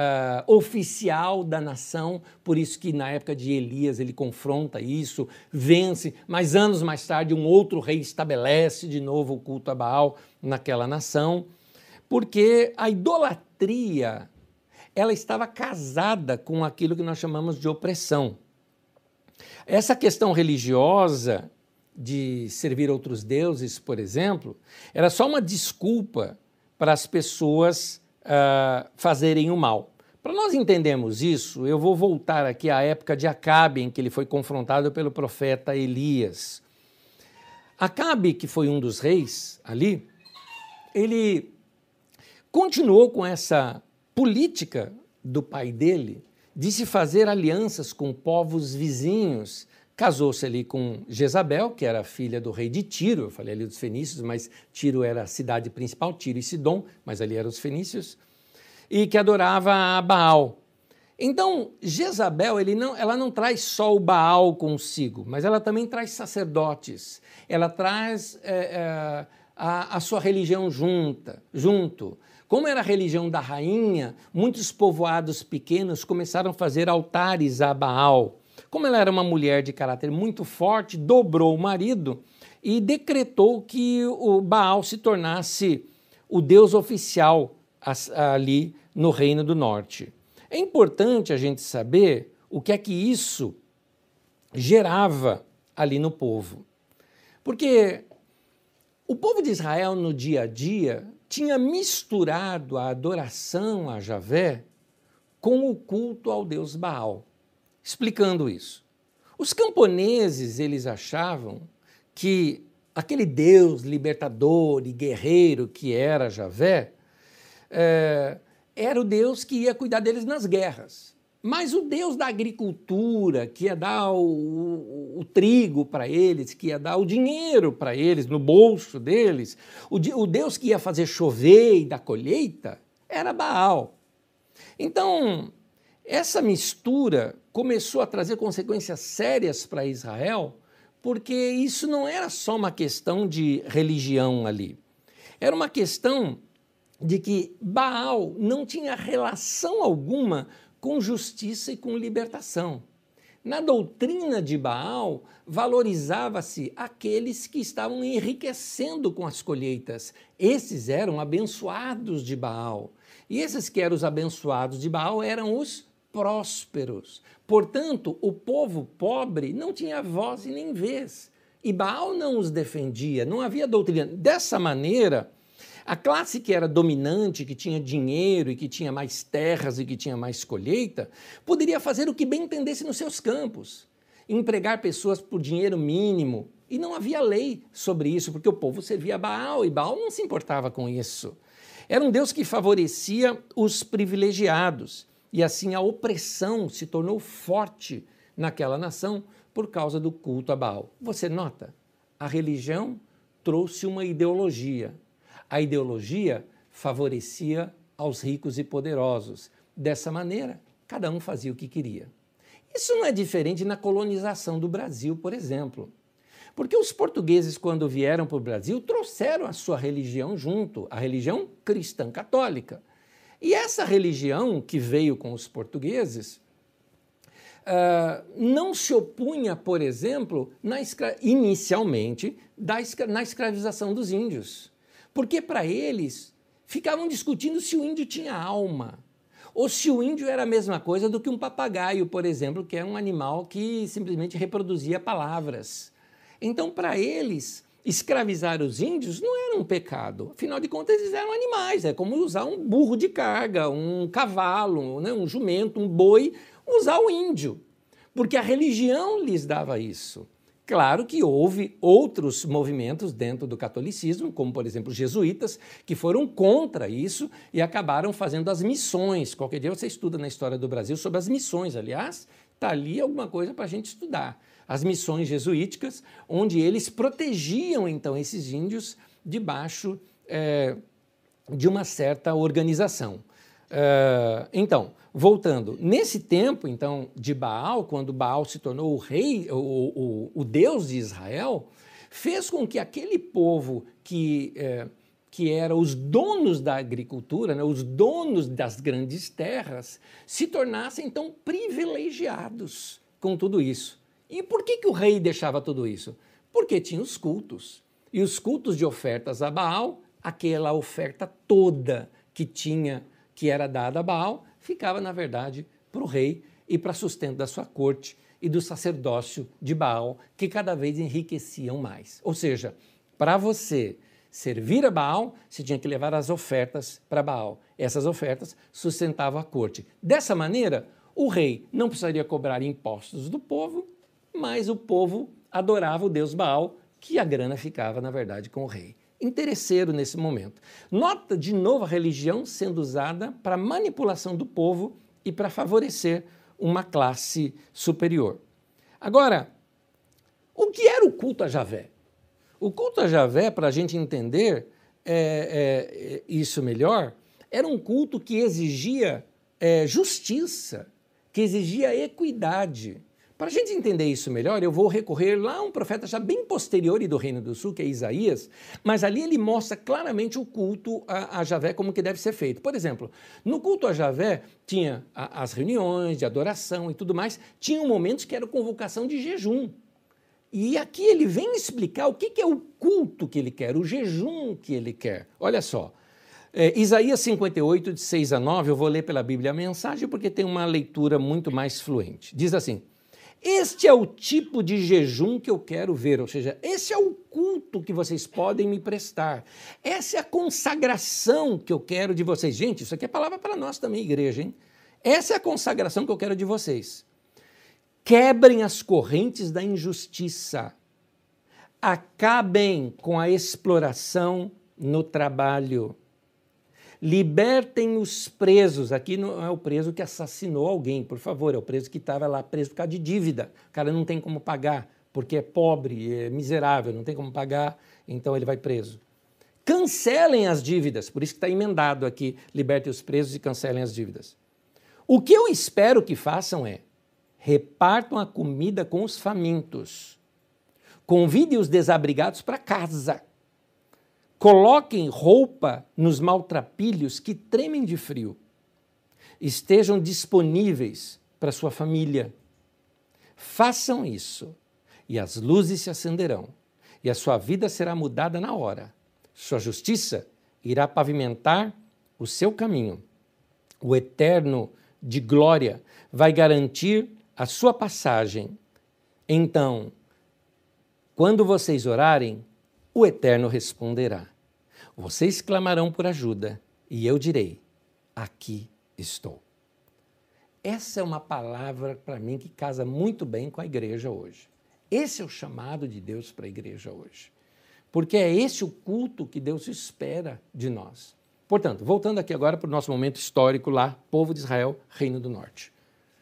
S1: oficial da nação, por isso que na época de Elias ele confronta isso, vence, mas anos mais tarde um outro rei estabelece de novo o culto a Baal naquela nação, porque a idolatria ela estava casada com aquilo que nós chamamos de opressão. Essa questão religiosa de servir outros deuses, por exemplo, era só uma desculpa para as pessoas fazerem o mal. Para nós entendermos isso, eu vou voltar aqui à época de Acabe, em que ele foi confrontado pelo profeta Elias. Acabe, que foi um dos reis ali, ele continuou com essa política do pai dele de se fazer alianças com povos vizinhos. Casou-se ali com Jezabel, que era filha do rei de Tiro, eu falei ali dos fenícios, mas Tiro era a cidade principal, Tiro e Sidom, mas ali eram os fenícios, e que adorava a Baal. Então, Jezabel, ela não traz só o Baal consigo, mas ela também traz sacerdotes, ela traz a sua religião junto. Como era a religião da rainha, muitos povoados pequenos começaram a fazer altares a Baal. Como ela era uma mulher de caráter muito forte, dobrou o marido e decretou que o Baal se tornasse o deus oficial ali no Reino do Norte. É importante a gente saber o que é que isso gerava ali no povo. Porque o povo de Israel, no dia a dia, tinha misturado a adoração a Javé com o culto ao deus Baal. Explicando isso. Os camponeses, eles achavam que aquele deus libertador e guerreiro que era Javé, era o deus que ia cuidar deles nas guerras. Mas o deus da agricultura, que ia dar o trigo para eles, que ia dar o dinheiro para eles, no bolso deles, o deus que ia fazer chover e dar colheita, era Baal. Então, essa mistura começou a trazer consequências sérias para Israel, porque isso não era só uma questão de religião ali. Era uma questão de que Baal não tinha relação alguma com justiça e com libertação. Na doutrina de Baal, valorizava-se aqueles que estavam enriquecendo com as colheitas. Esses eram abençoados de Baal. E esses que eram os abençoados de Baal eram os prósperos. Portanto, o povo pobre não tinha voz e nem vez. E Baal não os defendia, não havia doutrina. Dessa maneira, a classe que era dominante, que tinha dinheiro e que tinha mais terras e que tinha mais colheita, poderia fazer o que bem entendesse nos seus campos, empregar pessoas por dinheiro mínimo. E não havia lei sobre isso, porque o povo servia a Baal e Baal não se importava com isso. Era um Deus que favorecia os privilegiados. E assim a opressão se tornou forte naquela nação por causa do culto a Baal. Você nota? A religião trouxe uma ideologia. A ideologia favorecia aos ricos e poderosos. Dessa maneira, cada um fazia o que queria. Isso não é diferente na colonização do Brasil, por exemplo. Porque os portugueses, quando vieram para o Brasil, trouxeram a sua religião junto, a religião cristã católica. E essa religião que veio com os portugueses não se opunha, por exemplo, inicialmente, na escravização dos índios. Porque para eles ficavam discutindo se o índio tinha alma, ou se o índio era a mesma coisa do que um papagaio, por exemplo, que é um animal que simplesmente reproduzia palavras. Então, para eles, escravizar os índios não era um pecado. Afinal de contas, eles eram animais. É como usar um burro de carga, um cavalo, né, um jumento, um boi, usar o índio. porque a religião lhes dava isso. Claro que houve outros movimentos dentro do catolicismo, como, por exemplo, os jesuítas, que foram contra isso e acabaram fazendo as missões. Qualquer dia você estuda na história do Brasil sobre as missões, aliás, está ali alguma coisa para a gente estudar. As missões jesuíticas, onde eles protegiam, então, esses índios debaixo de uma certa organização. Então, voltando, nesse tempo, então, de Baal, quando Baal se tornou o rei, o Deus de Israel, fez com que aquele povo que era os donos da agricultura, né, os donos das grandes terras, se tornassem, então, privilegiados com tudo isso. E por que o rei deixava tudo isso? Porque tinha os cultos. E os cultos de ofertas a Baal, aquela oferta toda que era dada a Baal, ficava, na verdade, para o rei e para sustento da sua corte e do sacerdócio de Baal, que cada vez enriqueciam mais. Ou seja, para você servir a Baal, você tinha que levar as ofertas para Baal. Essas ofertas sustentavam a corte. Dessa maneira, o rei não precisaria cobrar impostos do povo, mas o povo adorava o deus Baal, que a grana ficava, na verdade, com o rei. Interesseiro nesse momento. Nota de novo a religião sendo usada para manipulação do povo e para favorecer uma classe superior. Agora, o que era o culto a Javé? O culto a Javé, para a gente entender isso melhor, era um culto que exigia justiça, que exigia equidade. Para a gente entender isso melhor, eu vou recorrer lá a um profeta já bem posterior e do Reino do Sul, que é Isaías, mas ali ele mostra claramente o culto a Javé como que deve ser feito. Por exemplo, no culto a Javé tinha as reuniões de adoração e tudo mais, tinham momentos que era convocação de jejum. E aqui ele vem explicar o que é o culto que ele quer, o jejum que ele quer. Olha só, Isaías 58, de 6 a 9, eu vou ler pela Bíblia a mensagem porque tem uma leitura muito mais fluente. Diz assim: este é o tipo de jejum que eu quero ver, ou seja, esse é o culto que vocês podem me prestar. Essa é a consagração que eu quero de vocês. Gente, isso aqui é palavra para nós também, igreja, hein? Essa é a consagração que eu quero de vocês. Quebrem as correntes da injustiça. Acabem com a exploração no trabalho. Libertem os presos. Aqui não é o preso que assassinou alguém, por favor, é o preso que estava lá preso por causa de dívida. O cara não tem como pagar, porque é pobre, é miserável, não tem como pagar, então ele vai preso. Cancelem as dívidas, por isso que está emendado aqui, libertem os presos e cancelem as dívidas. O que eu espero que façam é, repartam a comida com os famintos, convidem os desabrigados para casa, coloquem roupa nos maltrapilhos que tremem de frio. Estejam disponíveis para sua família. Façam isso e as luzes se acenderão e a sua vida será mudada na hora. Sua justiça irá pavimentar o seu caminho. O Eterno de glória vai garantir a sua passagem. Então, quando vocês orarem, o Eterno responderá. Vocês clamarão por ajuda e eu direi, aqui estou. Essa é uma palavra para mim que casa muito bem com a igreja hoje. Esse é o chamado de Deus para a igreja hoje. Porque é esse o culto que Deus espera de nós. Portanto, voltando aqui agora para o nosso momento histórico lá, povo de Israel, Reino do Norte.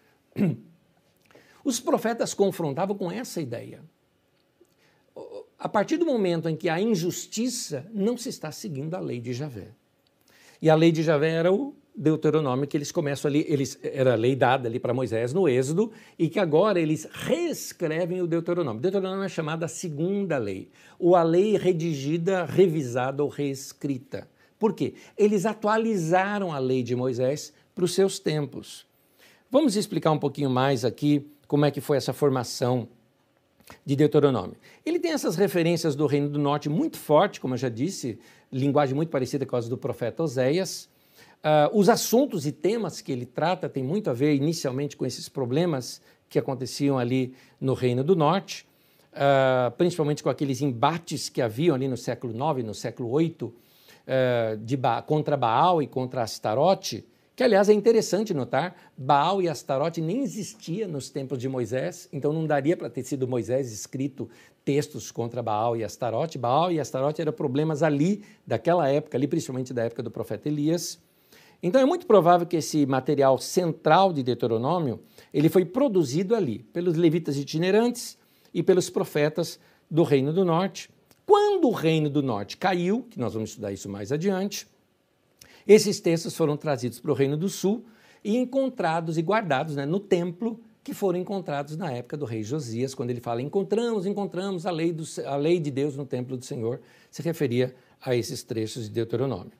S1: Os profetas confrontavam com essa ideia. A partir do momento em que há injustiça, não se está seguindo a lei de Javé. E a lei de Javé era o Deuteronômio, que eles começam ali, era a lei dada ali para Moisés no Êxodo, e que agora eles reescrevem o Deuteronômio. O Deuteronômio é chamada a segunda lei, ou a lei redigida, revisada ou reescrita. Por quê? Eles atualizaram a lei de Moisés para os seus tempos. Vamos explicar um pouquinho mais aqui como é que foi essa formação de Deuteronômio. Ele tem essas referências do Reino do Norte muito forte, como eu já disse, linguagem muito parecida com as do profeta Oséias. Os assuntos e temas que ele trata têm muito a ver inicialmente com esses problemas que aconteciam ali no Reino do Norte, principalmente com aqueles embates que haviam ali no século IX, no século VIII, contra Baal e contra Astarote, Que, aliás, é interessante notar, Baal e Astarote nem existia nos tempos de Moisés, então não daria para ter sido Moisés escrito textos contra Baal e Astarote. Baal e Astarote eram problemas ali, daquela época, ali principalmente da época do profeta Elias. Então é muito provável que esse material central de Deuteronômio, ele foi produzido ali, pelos levitas itinerantes e pelos profetas do Reino do Norte. Quando o Reino do Norte caiu, que nós vamos estudar isso mais adiante, esses textos foram trazidos para o Reino do Sul e encontrados e guardados, né, no templo, que foram encontrados na época do rei Josias, quando ele fala encontramos a lei de Deus no templo do Senhor, se referia a esses trechos de Deuteronômio.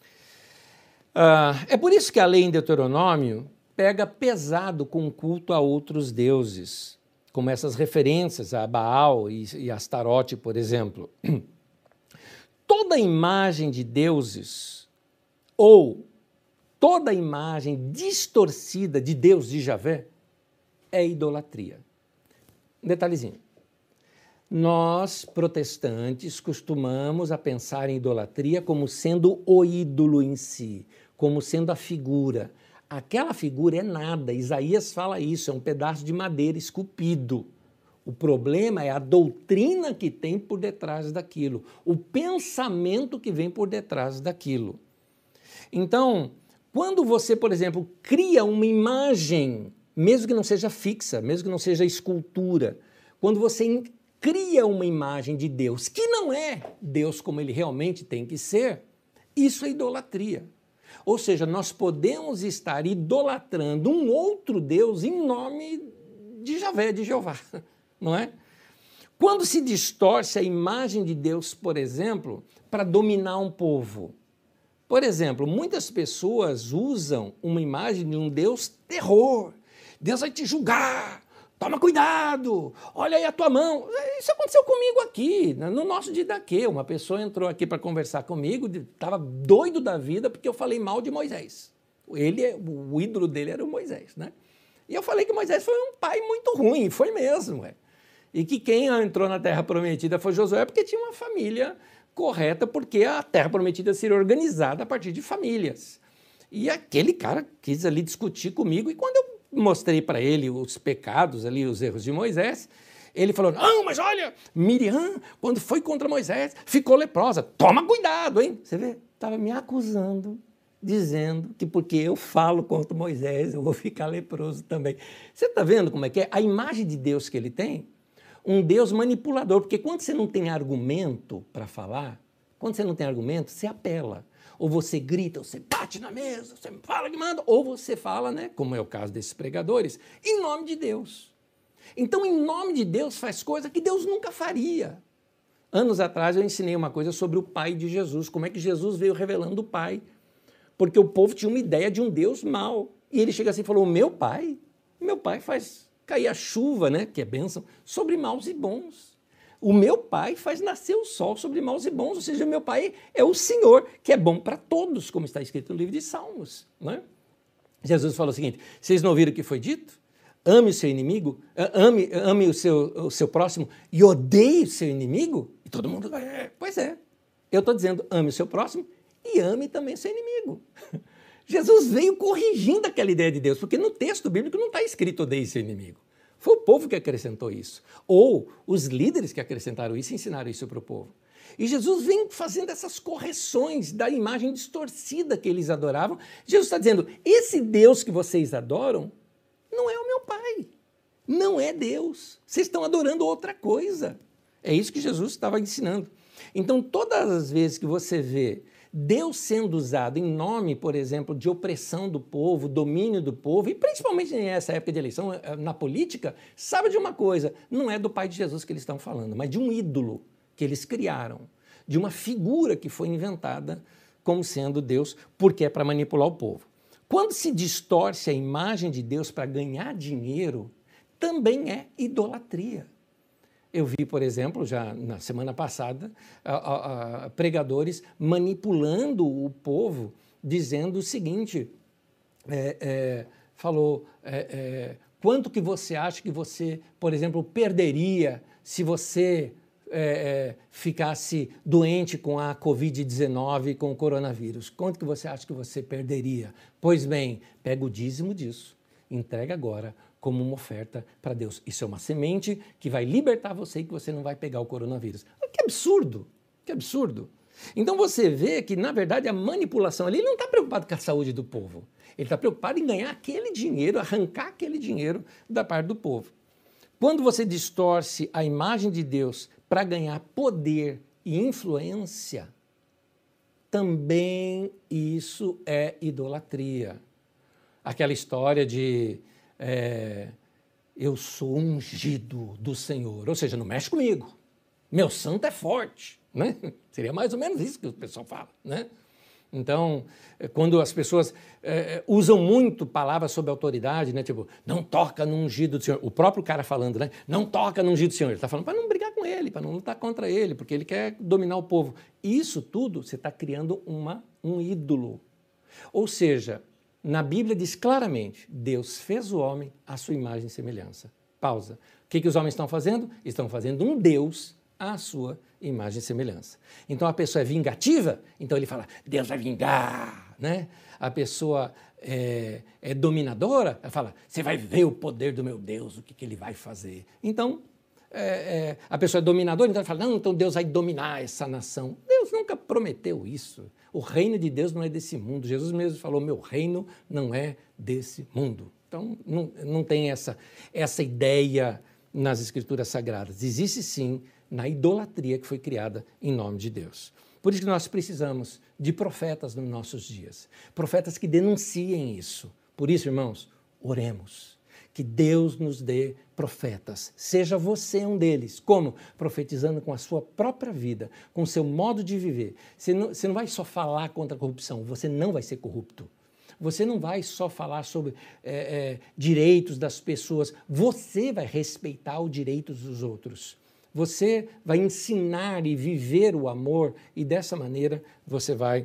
S1: É por isso que a lei em Deuteronômio pega pesado com o culto a outros deuses, como essas referências a Baal e Astarote, por exemplo. Toda imagem de deuses ou toda imagem distorcida de Deus, de Javé, é idolatria. Um detalhezinho. Nós, protestantes, costumamos a pensar em idolatria como sendo o ídolo em si, como sendo a figura. Aquela figura é nada, Isaías fala isso, é um pedaço de madeira esculpido. O problema é a doutrina que tem por detrás daquilo, o pensamento que vem por detrás daquilo. Então, quando você, por exemplo, cria uma imagem, mesmo que não seja fixa, mesmo que não seja escultura, quando você cria uma imagem de Deus que não é Deus como ele realmente tem que ser, isso é idolatria. Ou seja, nós podemos estar idolatrando um outro Deus em nome de Javé, de Jeová, não é? Quando se distorce a imagem de Deus, por exemplo, para dominar um povo. Por exemplo, muitas pessoas usam uma imagem de um Deus terror. Deus vai te julgar. Toma cuidado, olha aí a tua mão. Isso aconteceu comigo aqui, no nosso Didaquê. Uma pessoa entrou aqui para conversar comigo, estava doido da vida porque eu falei mal de Moisés. O ídolo dele era o Moisés, né? E eu falei que Moisés foi um pai muito ruim, foi mesmo. E que quem entrou na Terra Prometida foi Josué porque tinha uma família correta, porque a Terra Prometida seria organizada a partir de famílias. E aquele cara quis ali discutir comigo e quando eu mostrei para ele os pecados ali, os erros de Moisés, ele falou, não, mas olha, Miriam, quando foi contra Moisés, ficou leprosa. Toma cuidado, hein? Você vê, estava me acusando, dizendo que porque eu falo contra Moisés, eu vou ficar leproso também. Você está vendo como é que é? A imagem de Deus que ele tem, um Deus manipulador, porque quando você não tem argumento para falar, quando você não tem argumento, você apela. Ou você grita, ou você bate na mesa, você fala que manda, ou você fala, né, como é o caso desses pregadores, em nome de Deus. Então, em nome de Deus, faz coisa que Deus nunca faria. Anos atrás eu ensinei uma coisa sobre o Pai de Jesus, como é que Jesus veio revelando o Pai. Porque o povo tinha uma ideia de um Deus mau. E ele chega assim e falou, meu pai faz cair a chuva, né, que é bênção, sobre maus e bons. O meu pai faz nascer o sol sobre maus e bons, ou seja, o meu pai é o Senhor, que é bom para todos, como está escrito no livro de Salmos. Não é? Jesus falou o seguinte, vocês não ouviram o que foi dito? Ame o seu inimigo, ame o seu próximo e odeie o seu inimigo? E todo mundo, pois é. Eu estou dizendo, ame o seu próximo e ame também o seu inimigo. Jesus veio corrigindo aquela ideia de Deus, porque no texto bíblico não está escrito odeie seu inimigo. Foi o povo que acrescentou isso. Ou os líderes que acrescentaram isso e ensinaram isso para o povo. E Jesus vem fazendo essas correções da imagem distorcida que eles adoravam. Jesus está dizendo, esse Deus que vocês adoram não é o meu Pai. Não é Deus. Vocês estão adorando outra coisa. É isso que Jesus estava ensinando. Então, todas as vezes que você vê Deus sendo usado em nome, por exemplo, de opressão do povo, domínio do povo, e principalmente nessa época de eleição, na política, sabe de uma coisa, não é do Pai de Jesus que eles estão falando, mas de um ídolo que eles criaram, de uma figura que foi inventada como sendo Deus, porque é para manipular o povo. Quando se distorce a imagem de Deus para ganhar dinheiro, também é idolatria. Eu vi, por exemplo, já na semana passada, pregadores manipulando o povo, dizendo o seguinte, falou, quanto que você acha que você, por exemplo, perderia se você ficasse doente com a Covid-19, com o coronavírus? Quanto que você acha que você perderia? Pois bem, pega o dízimo disso, entrega agora como uma oferta para Deus. Isso é uma semente que vai libertar você e que você não vai pegar o coronavírus. Que absurdo! Que absurdo! Então você vê que, na verdade, a manipulação ali, ele não está preocupado com a saúde do povo. Ele está preocupado em ganhar aquele dinheiro, arrancar aquele dinheiro da parte do povo. Quando você distorce a imagem de Deus para ganhar poder e influência, também isso é idolatria. Aquela história de eu sou ungido do Senhor, ou seja, não mexe comigo, meu santo é forte, né? Seria mais ou menos isso que o pessoal fala, né? Então, quando as pessoas usam muito palavras sobre autoridade, né? Tipo, não toca no ungido do Senhor. O próprio cara falando, né? Não toca no ungido do Senhor. Ele está falando para não brigar com ele, para não lutar contra ele, porque ele quer dominar o povo. Isso tudo, você está criando um ídolo. Ou seja, na Bíblia diz claramente, Deus fez o homem à sua imagem e semelhança. Pausa. O que os homens estão fazendo? Estão fazendo um Deus à sua imagem e semelhança. Então a pessoa é vingativa, então ele fala, Deus vai vingar, né? A pessoa é dominadora, ela fala, você vai ver o poder do meu Deus, o que ele vai fazer. Então, a pessoa é dominadora, então ela fala, não, então Deus vai dominar essa nação. Deus nunca prometeu isso. O reino de Deus não é desse mundo. Jesus mesmo falou, meu reino não é desse mundo. Então, não tem essa ideia nas Escrituras Sagradas. Existe sim na idolatria que foi criada em nome de Deus. Por isso que nós precisamos de profetas nos nossos dias. Profetas que denunciem isso. Por isso, irmãos, oremos. Que Deus nos dê profetas. Seja você um deles. Como? Profetizando com a sua própria vida, com o seu modo de viver. Você não vai só falar contra a corrupção, você não vai ser corrupto. Você não vai só falar sobre direitos das pessoas, você vai respeitar os direitos dos outros. Você vai ensinar e viver o amor e dessa maneira você vai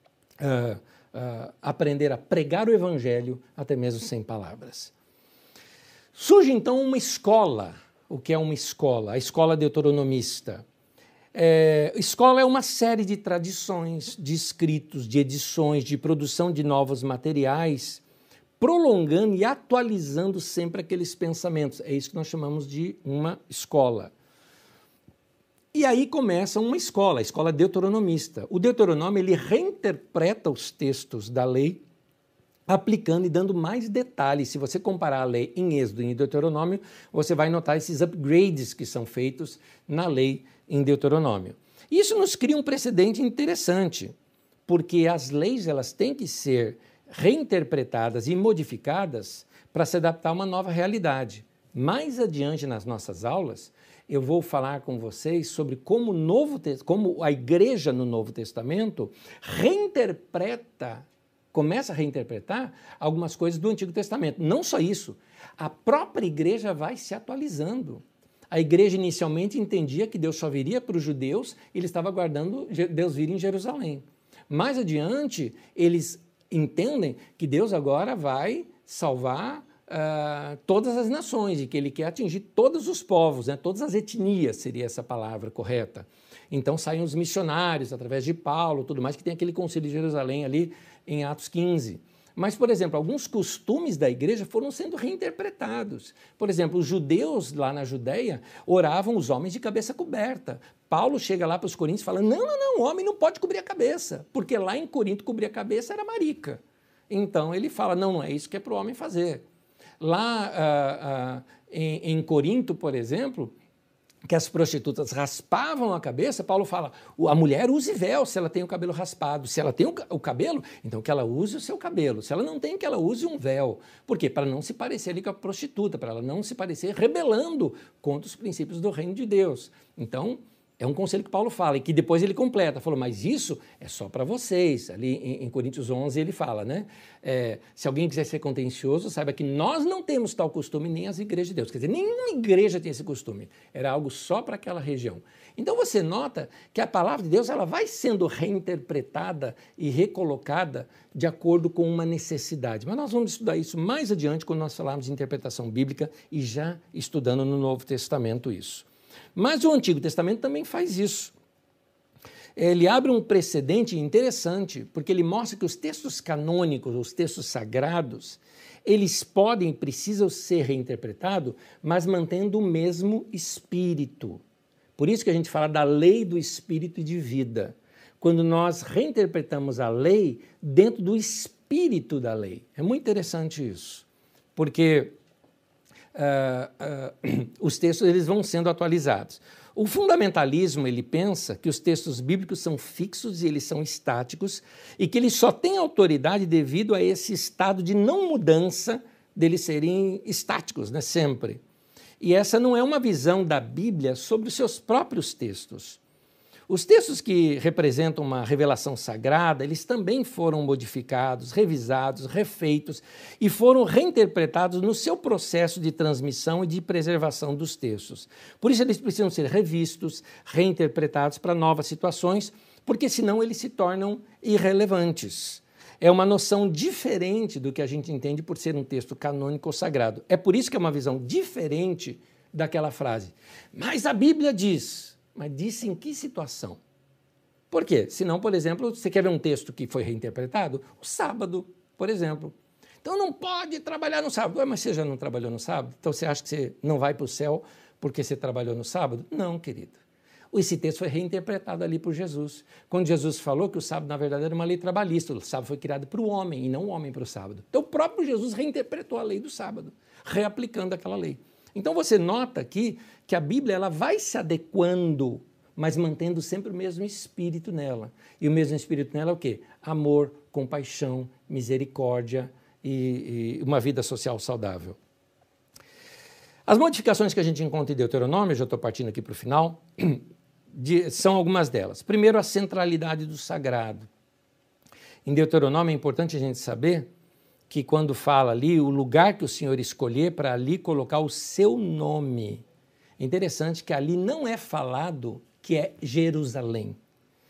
S1: aprender a pregar o evangelho até mesmo sem palavras. Surge então uma escola. O que é uma escola? A escola deuteronomista. Escola é uma série de tradições, de escritos, de edições, de produção de novos materiais, prolongando e atualizando sempre aqueles pensamentos. É isso que nós chamamos de uma escola. E aí começa uma escola, a escola deuteronomista. O Deuteronômio ele reinterpreta os textos da lei, aplicando e dando mais detalhes. Se você comparar a lei em Êxodo e em Deuteronômio, você vai notar esses upgrades que são feitos na lei em Deuteronômio. Isso nos cria um precedente interessante, porque as leis elas têm que ser reinterpretadas e modificadas para se adaptar a uma nova realidade. Mais adiante nas nossas aulas, eu vou falar com vocês sobre como a igreja no Novo Testamento começa a reinterpretar algumas coisas do Antigo Testamento. Não só isso, a própria igreja vai se atualizando. A igreja inicialmente entendia que Deus só viria para os judeus e ele estava aguardando Deus vir em Jerusalém. Mais adiante, eles entendem que Deus agora vai salvar todas as nações e que ele quer atingir todos os povos, né? Todas as etnias seria essa palavra correta. Então saem os missionários através de Paulo, tudo mais, que tem aquele concílio de Jerusalém ali em Atos 15. Mas, por exemplo, alguns costumes da igreja foram sendo reinterpretados. Por exemplo, os judeus lá na Judéia oravam os homens de cabeça coberta. Paulo chega lá para os coríntios e fala, não, o homem não pode cobrir a cabeça, porque lá em Corinto cobrir a cabeça era marica. Então ele fala, não é isso que é para o homem fazer. Lá em Corinto, por exemplo, que as prostitutas raspavam a cabeça, Paulo fala, a mulher use véu se ela tem o cabelo raspado. Se ela tem o cabelo, então que ela use o seu cabelo. Se ela não tem, que ela use um véu. Por quê? Para não se parecer ali com a prostituta, para ela não se parecer rebelando contra os princípios do reino de Deus. Então, é um conselho que Paulo fala e que depois ele completa. Falou, mas isso é só para vocês. Ali em Coríntios 11 ele fala, né? Se alguém quiser ser contencioso, saiba que nós não temos tal costume, nem as igrejas de Deus. Quer dizer, nenhuma igreja tem esse costume. Era algo só para aquela região. Então você nota que a palavra de Deus ela vai sendo reinterpretada e recolocada de acordo com uma necessidade. Mas nós vamos estudar isso mais adiante quando nós falarmos de interpretação bíblica e já estudando no Novo Testamento isso. Mas o Antigo Testamento também faz isso. Ele abre um precedente interessante, porque ele mostra que os textos canônicos, os textos sagrados, eles podem e precisam ser reinterpretados, mas mantendo o mesmo espírito. Por isso que a gente fala da lei do espírito e de vida. Quando nós reinterpretamos a lei dentro do espírito da lei. É muito interessante isso, porque os textos eles vão sendo atualizados. O fundamentalismo, ele pensa que os textos bíblicos são fixos e eles são estáticos e que eles só têm autoridade devido a esse estado de não mudança deles serem estáticos, né, sempre. E essa não é uma visão da Bíblia sobre os seus próprios textos. Os textos que representam uma revelação sagrada, eles também foram modificados, revisados, refeitos e foram reinterpretados no seu processo de transmissão e de preservação dos textos. Por isso eles precisam ser revistos, reinterpretados para novas situações, porque senão eles se tornam irrelevantes. É uma noção diferente do que a gente entende por ser um texto canônico ou sagrado. É por isso que é uma visão diferente daquela frase. Mas a Bíblia diz... Mas disse em que situação? Por quê? Senão, por exemplo, você quer ver um texto que foi reinterpretado? O sábado, por exemplo. Então não pode trabalhar no sábado. Mas você já não trabalhou no sábado? Então você acha que você não vai para o céu porque você trabalhou no sábado? Não, querido. Esse texto foi reinterpretado ali por Jesus. Quando Jesus falou que o sábado, na verdade, era uma lei trabalhista. O sábado foi criado para o homem e não o homem para o sábado. Então o próprio Jesus reinterpretou a lei do sábado, reaplicando aquela lei. Então você nota aqui que a Bíblia ela vai se adequando, mas mantendo sempre o mesmo espírito nela. E o mesmo espírito nela é o quê? Amor, compaixão, misericórdia e uma vida social saudável. As modificações que a gente encontra em Deuteronômio, eu já estou partindo aqui para o final, são algumas delas. Primeiro, a centralidade do sagrado. Em Deuteronômio é importante a gente saber que quando fala ali, o lugar que o Senhor escolher para ali colocar o seu nome. É interessante que ali não é falado que é Jerusalém,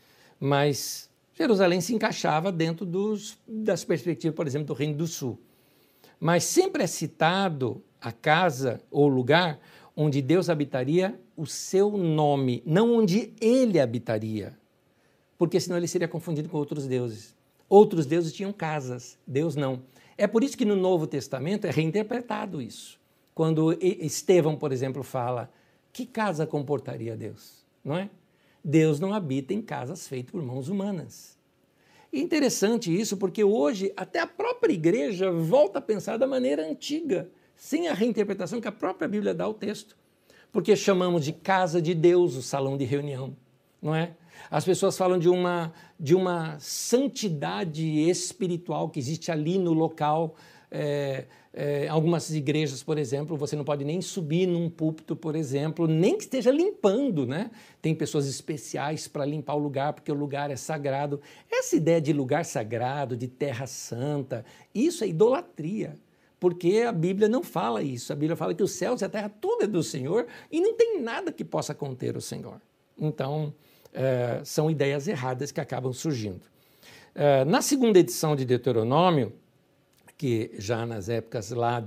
S1: mas Jerusalém se encaixava dentro das perspectivas, por exemplo, do Reino do Sul. Mas sempre é citado a casa ou lugar onde Deus habitaria o seu nome, não onde ele habitaria, porque senão ele seria confundido com outros deuses. Outros deuses tinham casas, Deus não. É por isso que no Novo Testamento é reinterpretado isso. Quando Estevão, por exemplo, fala, que casa comportaria Deus? Não é? Deus não habita em casas feitas por mãos humanas. E interessante isso, porque hoje até a própria igreja volta a pensar da maneira antiga, sem a reinterpretação que a própria Bíblia dá ao texto. Porque chamamos de casa de Deus o salão de reunião, não é? As pessoas falam de uma santidade espiritual que existe ali no local. Algumas igrejas, por exemplo, você não pode nem subir num púlpito, por exemplo, nem que esteja limpando, né? Tem pessoas especiais para limpar o lugar, porque o lugar é sagrado. Essa ideia de lugar sagrado, de terra santa, isso é idolatria, porque a Bíblia não fala isso. A Bíblia fala que os céus e a terra, tudo é do Senhor e não tem nada que possa conter o Senhor. Então, são ideias erradas que acabam surgindo. Na segunda edição de Deuteronômio, que já nas épocas lá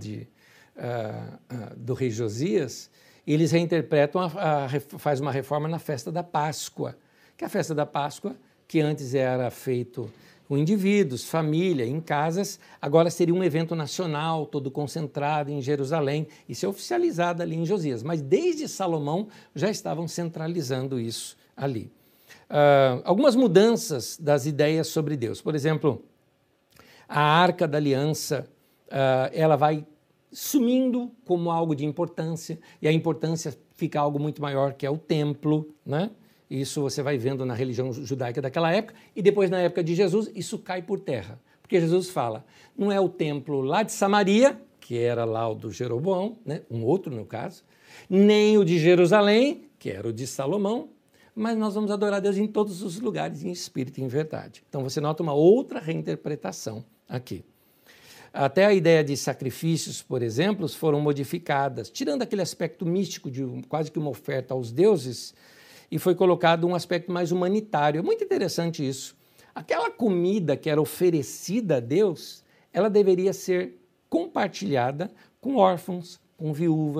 S1: do rei Josias, eles reinterpretam, faz uma reforma na festa da Páscoa, que é a festa da Páscoa, que antes era feito com indivíduos, família, em casas, agora seria um evento nacional, todo concentrado em Jerusalém. Isso é oficializado ali em Josias, mas desde Salomão já estavam centralizando isso ali. Algumas mudanças das ideias sobre Deus. Por exemplo, a Arca da Aliança, ela vai sumindo como algo de importância, e a importância fica algo muito maior, que é o templo, né? Isso você vai vendo na religião judaica daquela época, e depois na época de Jesus, isso cai por terra. Porque Jesus fala, não é o templo lá de Samaria, que era lá o do Jeroboão, né? Um outro no caso, nem o de Jerusalém, que era o de Salomão, mas nós vamos adorar a Deus em todos os lugares, em espírito e em verdade. Então você nota uma outra reinterpretação aqui. Até a ideia de sacrifícios, por exemplo, foram modificadas, tirando aquele aspecto místico de quase que uma oferta aos deuses, e foi colocado um aspecto mais humanitário. É muito interessante isso. Aquela comida que era oferecida a Deus, ela deveria ser compartilhada com órfãos, com viúvas,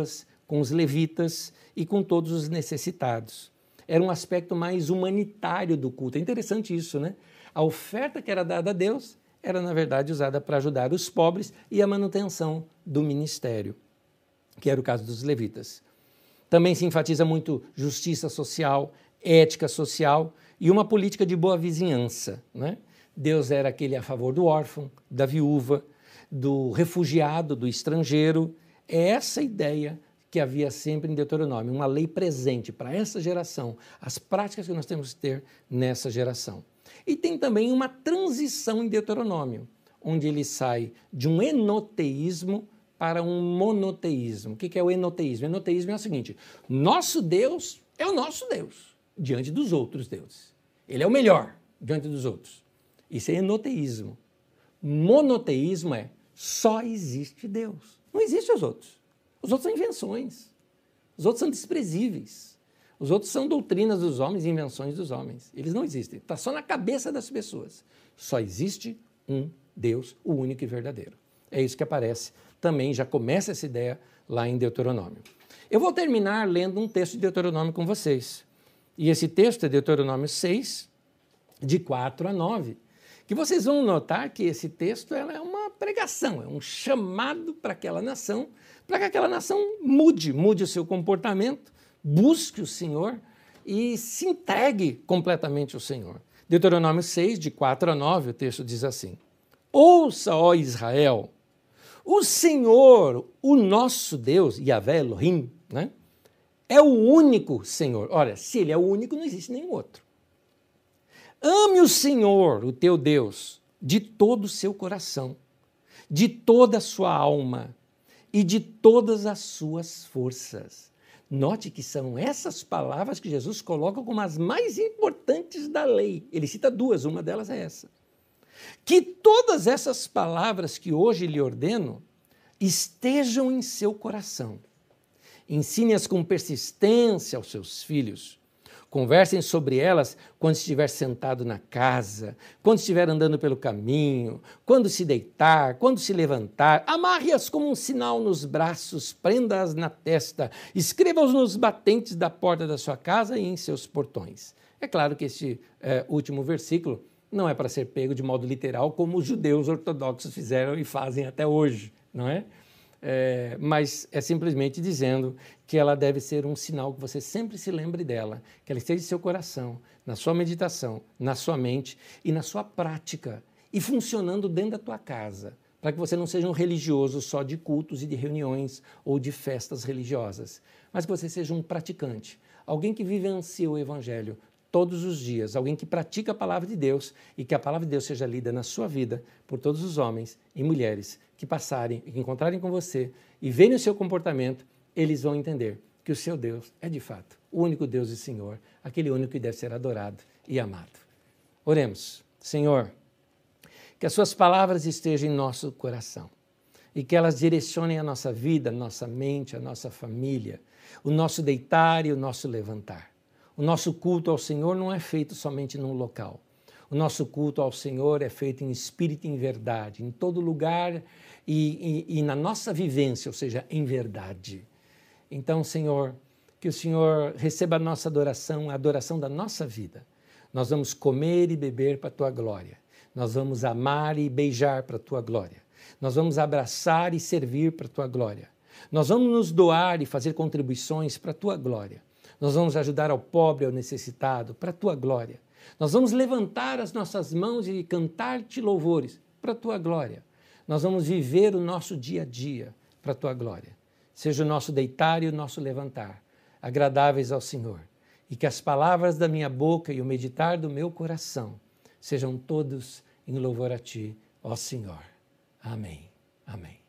S1: com os levitas e com todos os necessitados. Era um aspecto mais humanitário do culto. É interessante isso, né? A oferta que era dada a Deus era, na verdade, usada para ajudar os pobres e a manutenção do ministério, que era o caso dos levitas. Também se enfatiza muito justiça social, ética social e uma política de boa vizinhança, né? Deus era aquele a favor do órfão, da viúva, do refugiado, do estrangeiro. É essa ideia que havia sempre em Deuteronômio, uma lei presente para essa geração, as práticas que nós temos que ter nessa geração. E tem também uma transição em Deuteronômio, onde ele sai de um enoteísmo para um monoteísmo. O que é o enoteísmo? O enoteísmo é o seguinte: nosso Deus é o nosso Deus diante dos outros deuses. Ele é o melhor diante dos outros. Isso é enoteísmo. Monoteísmo é só existe Deus. Não existem os outros. Os outros são invenções. Os outros são desprezíveis. Os outros são doutrinas dos homens e invenções dos homens. Eles não existem. Está só na cabeça das pessoas. Só existe um Deus, o único e verdadeiro. É isso que aparece também, já começa essa ideia lá em Deuteronômio. Eu vou terminar lendo um texto de Deuteronômio com vocês. E esse texto é Deuteronômio 6, de 4 a 9. Que vocês vão notar que esse texto é uma pregação, é um chamado para aquela nação, para que aquela nação mude o seu comportamento, busque o Senhor e se entregue completamente ao Senhor. Deuteronômio 6, de 4 a 9, o texto diz assim: ouça, ó Israel, o Senhor, o nosso Deus, Yahvé Elohim, né, é o único Senhor. Olha, se Ele é o único, não existe nenhum outro. Ame o Senhor, o teu Deus, de todo o seu coração, de toda a sua alma e de todas as suas forças. Note que são essas palavras que Jesus coloca como as mais importantes da lei. Ele cita duas, uma delas é essa. Que todas essas palavras que hoje lhe ordeno estejam em seu coração. Ensine-as com persistência aos seus filhos. Conversem sobre elas quando estiver sentado na casa, quando estiver andando pelo caminho, quando se deitar, quando se levantar. Amarre-as como um sinal nos braços, prenda-as na testa, escreva-os nos batentes da porta da sua casa e em seus portões. É claro que este último versículo não é para ser pego de modo literal, como os judeus ortodoxos fizeram e fazem até hoje, não é? Mas é simplesmente dizendo que ela deve ser um sinal que você sempre se lembre dela, que ela esteja em seu coração, na sua meditação, na sua mente e na sua prática, e funcionando dentro da tua casa, para que você não seja um religioso só de cultos e de reuniões ou de festas religiosas, mas que você seja um praticante, alguém que vivencia o Evangelho todos os dias, alguém que pratica a palavra de Deus e que a palavra de Deus seja lida na sua vida por todos os homens e mulheres que passarem e que encontrarem com você e verem o seu comportamento, eles vão entender que o seu Deus é de fato o único Deus e Senhor, aquele único que deve ser adorado e amado. Oremos. Senhor, que as suas palavras estejam em nosso coração e que elas direcionem a nossa vida, a nossa mente, a nossa família, o nosso deitar e o nosso levantar. O nosso culto ao Senhor não é feito somente num local. O nosso culto ao Senhor é feito em espírito e em verdade, em todo lugar e na nossa vivência, ou seja, em verdade. Então, Senhor, que o Senhor receba a nossa adoração, a adoração da nossa vida. Nós vamos comer e beber para a Tua glória. Nós vamos amar e beijar para a Tua glória. Nós vamos abraçar e servir para a Tua glória. Nós vamos nos doar e fazer contribuições para a Tua glória. Nós vamos ajudar ao pobre, ao necessitado, para a Tua glória. Nós vamos levantar as nossas mãos e cantar-te louvores para a Tua glória. Nós vamos viver o nosso dia a dia para a Tua glória. Seja o nosso deitar e o nosso levantar agradáveis ao Senhor. E que as palavras da minha boca e o meditar do meu coração sejam todos em louvor a Ti, ó Senhor. Amém. Amém.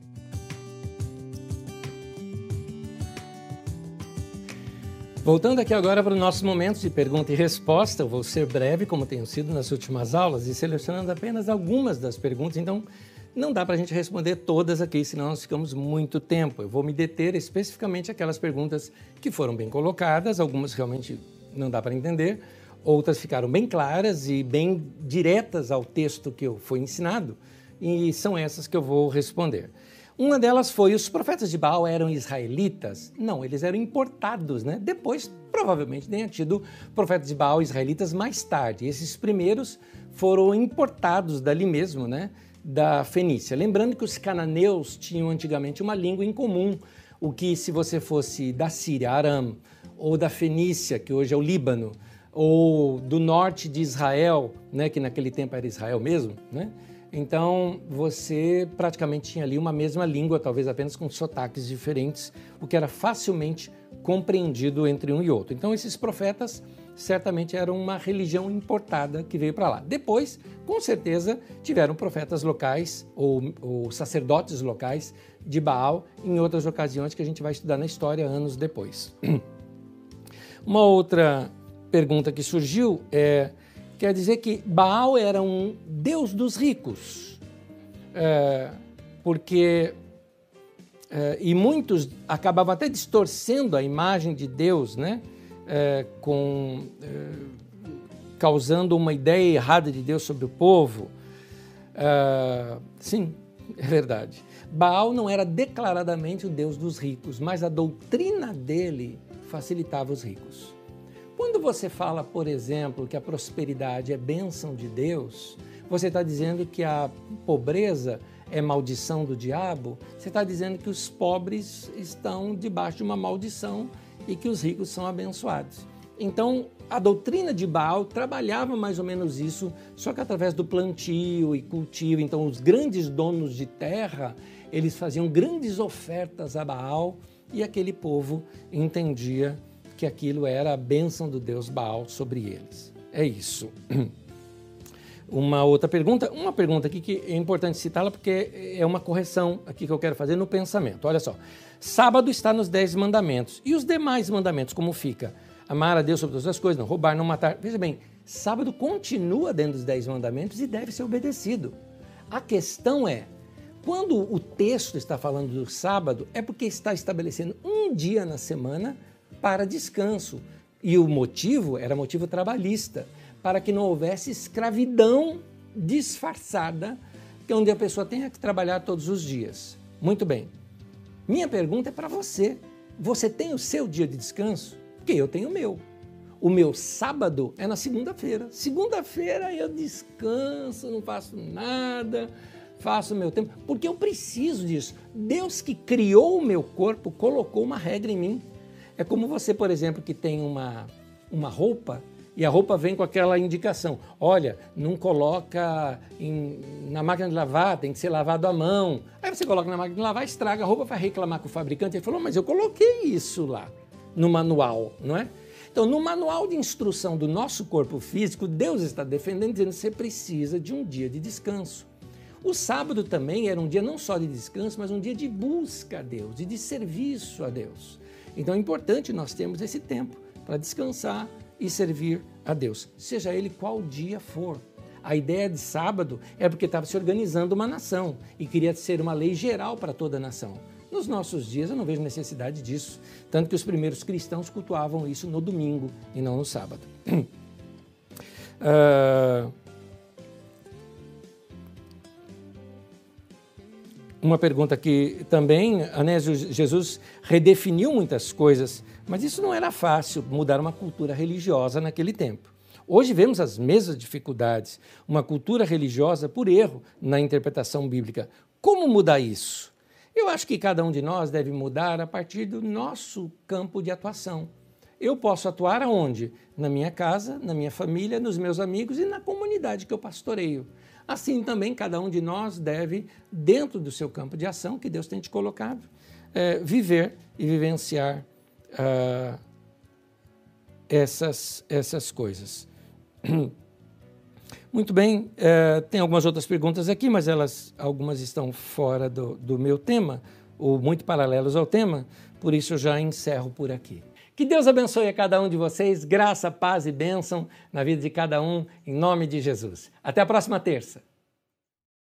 S1: Voltando aqui agora para os nossos momentos de pergunta e resposta, eu vou ser breve, como tenho sido nas últimas aulas, e selecionando apenas algumas das perguntas, então não dá para a gente responder todas aqui, senão nós ficamos muito tempo. Eu vou me deter especificamente aquelas perguntas que foram bem colocadas, algumas realmente não dá para entender, outras ficaram bem claras e bem diretas ao texto que foi ensinado, e são essas que eu vou responder. Uma delas foi: os profetas de Baal eram israelitas? Não, eles eram importados, né? Depois, provavelmente, tenha tido profetas de Baal israelitas mais tarde. Esses primeiros foram importados dali mesmo, né? Da Fenícia. Lembrando que os cananeus tinham antigamente uma língua em comum, o que, se você fosse da Síria, Aram, ou da Fenícia, que hoje é o Líbano, ou do norte de Israel, né? Que naquele tempo era Israel mesmo, né? Então, você praticamente tinha ali uma mesma língua, talvez apenas com sotaques diferentes, o que era facilmente compreendido entre um e outro. Então, esses profetas certamente eram uma religião importada que veio para lá. Depois, com certeza, tiveram profetas locais ou sacerdotes locais de Baal em outras ocasiões que a gente vai estudar na história anos depois. Uma outra pergunta que surgiu é: quer dizer que Baal era um deus dos ricos, e muitos acabavam até distorcendo a imagem de Deus, né? Causando uma ideia errada de Deus sobre o povo. Sim, é verdade. Baal não era declaradamente o deus dos ricos, mas a doutrina dele facilitava os ricos. Quando você fala, por exemplo, que a prosperidade é bênção de Deus, você está dizendo que a pobreza é maldição do diabo, você está dizendo que os pobres estão debaixo de uma maldição e que os ricos são abençoados. Então, a doutrina de Baal trabalhava mais ou menos isso, só que através do plantio e cultivo. Então, os grandes donos de terra, eles faziam grandes ofertas a Baal e aquele povo entendia que aquilo era a bênção do deus Baal sobre eles. É isso. Uma outra pergunta, uma pergunta aqui que é importante citá-la porque é uma correção aqui que eu quero fazer no pensamento. Olha só, sábado está nos 10 mandamentos. E os demais mandamentos, como fica? Amar a Deus sobre todas as coisas, não roubar, não matar. Veja bem, sábado continua dentro dos 10 mandamentos e deve ser obedecido. A questão é, quando o texto está falando do sábado, é porque está estabelecendo um dia na semana para descanso. E o motivo era motivo trabalhista, para que não houvesse escravidão disfarçada, que é onde a pessoa tenha que trabalhar todos os dias. Muito bem. Minha pergunta é para você. Você tem o seu dia de descanso? Porque eu tenho o meu. O meu sábado é na segunda-feira. Segunda-feira eu descanso, não faço nada, faço o meu tempo, porque eu preciso disso. Deus que criou o meu corpo colocou uma regra em mim. É como você, por exemplo, que tem uma roupa e a roupa vem com aquela indicação. Olha, não coloca na máquina de lavar, tem que ser lavado à mão. Aí você coloca na máquina de lavar, estraga a roupa, vai reclamar com o fabricante. Ele falou, mas eu coloquei isso lá no manual, não é? Então, no manual de instrução do nosso corpo físico, Deus está defendendo, dizendo que você precisa de um dia de descanso. O sábado também era um dia não só de descanso, mas um dia de busca a Deus e de serviço a Deus. Então é importante nós termos esse tempo para descansar e servir a Deus, seja ele qual dia for. A ideia de sábado é porque estava se organizando uma nação e queria ser uma lei geral para toda a nação. Nos nossos dias eu não vejo necessidade disso, tanto que os primeiros cristãos cultuavam isso no domingo e não no sábado. Uma pergunta que também, Anésio, Jesus redefiniu muitas coisas, mas isso não era fácil, mudar uma cultura religiosa naquele tempo. Hoje vemos as mesmas dificuldades, uma cultura religiosa por erro na interpretação bíblica. Como mudar isso? Eu acho que cada um de nós deve mudar a partir do nosso campo de atuação. Eu posso atuar aonde? Na minha casa, na minha família, nos meus amigos e na comunidade que eu pastoreio. Assim também cada um de nós deve, dentro do seu campo de ação que Deus tem te colocado, viver e vivenciar essas coisas. Muito bem, tem algumas outras perguntas aqui, mas algumas estão fora do meu tema, ou muito paralelos ao tema, por isso eu já encerro por aqui. Que Deus abençoe a cada um de vocês, graça, paz e bênção na vida de cada um, em nome de Jesus. Até a próxima terça.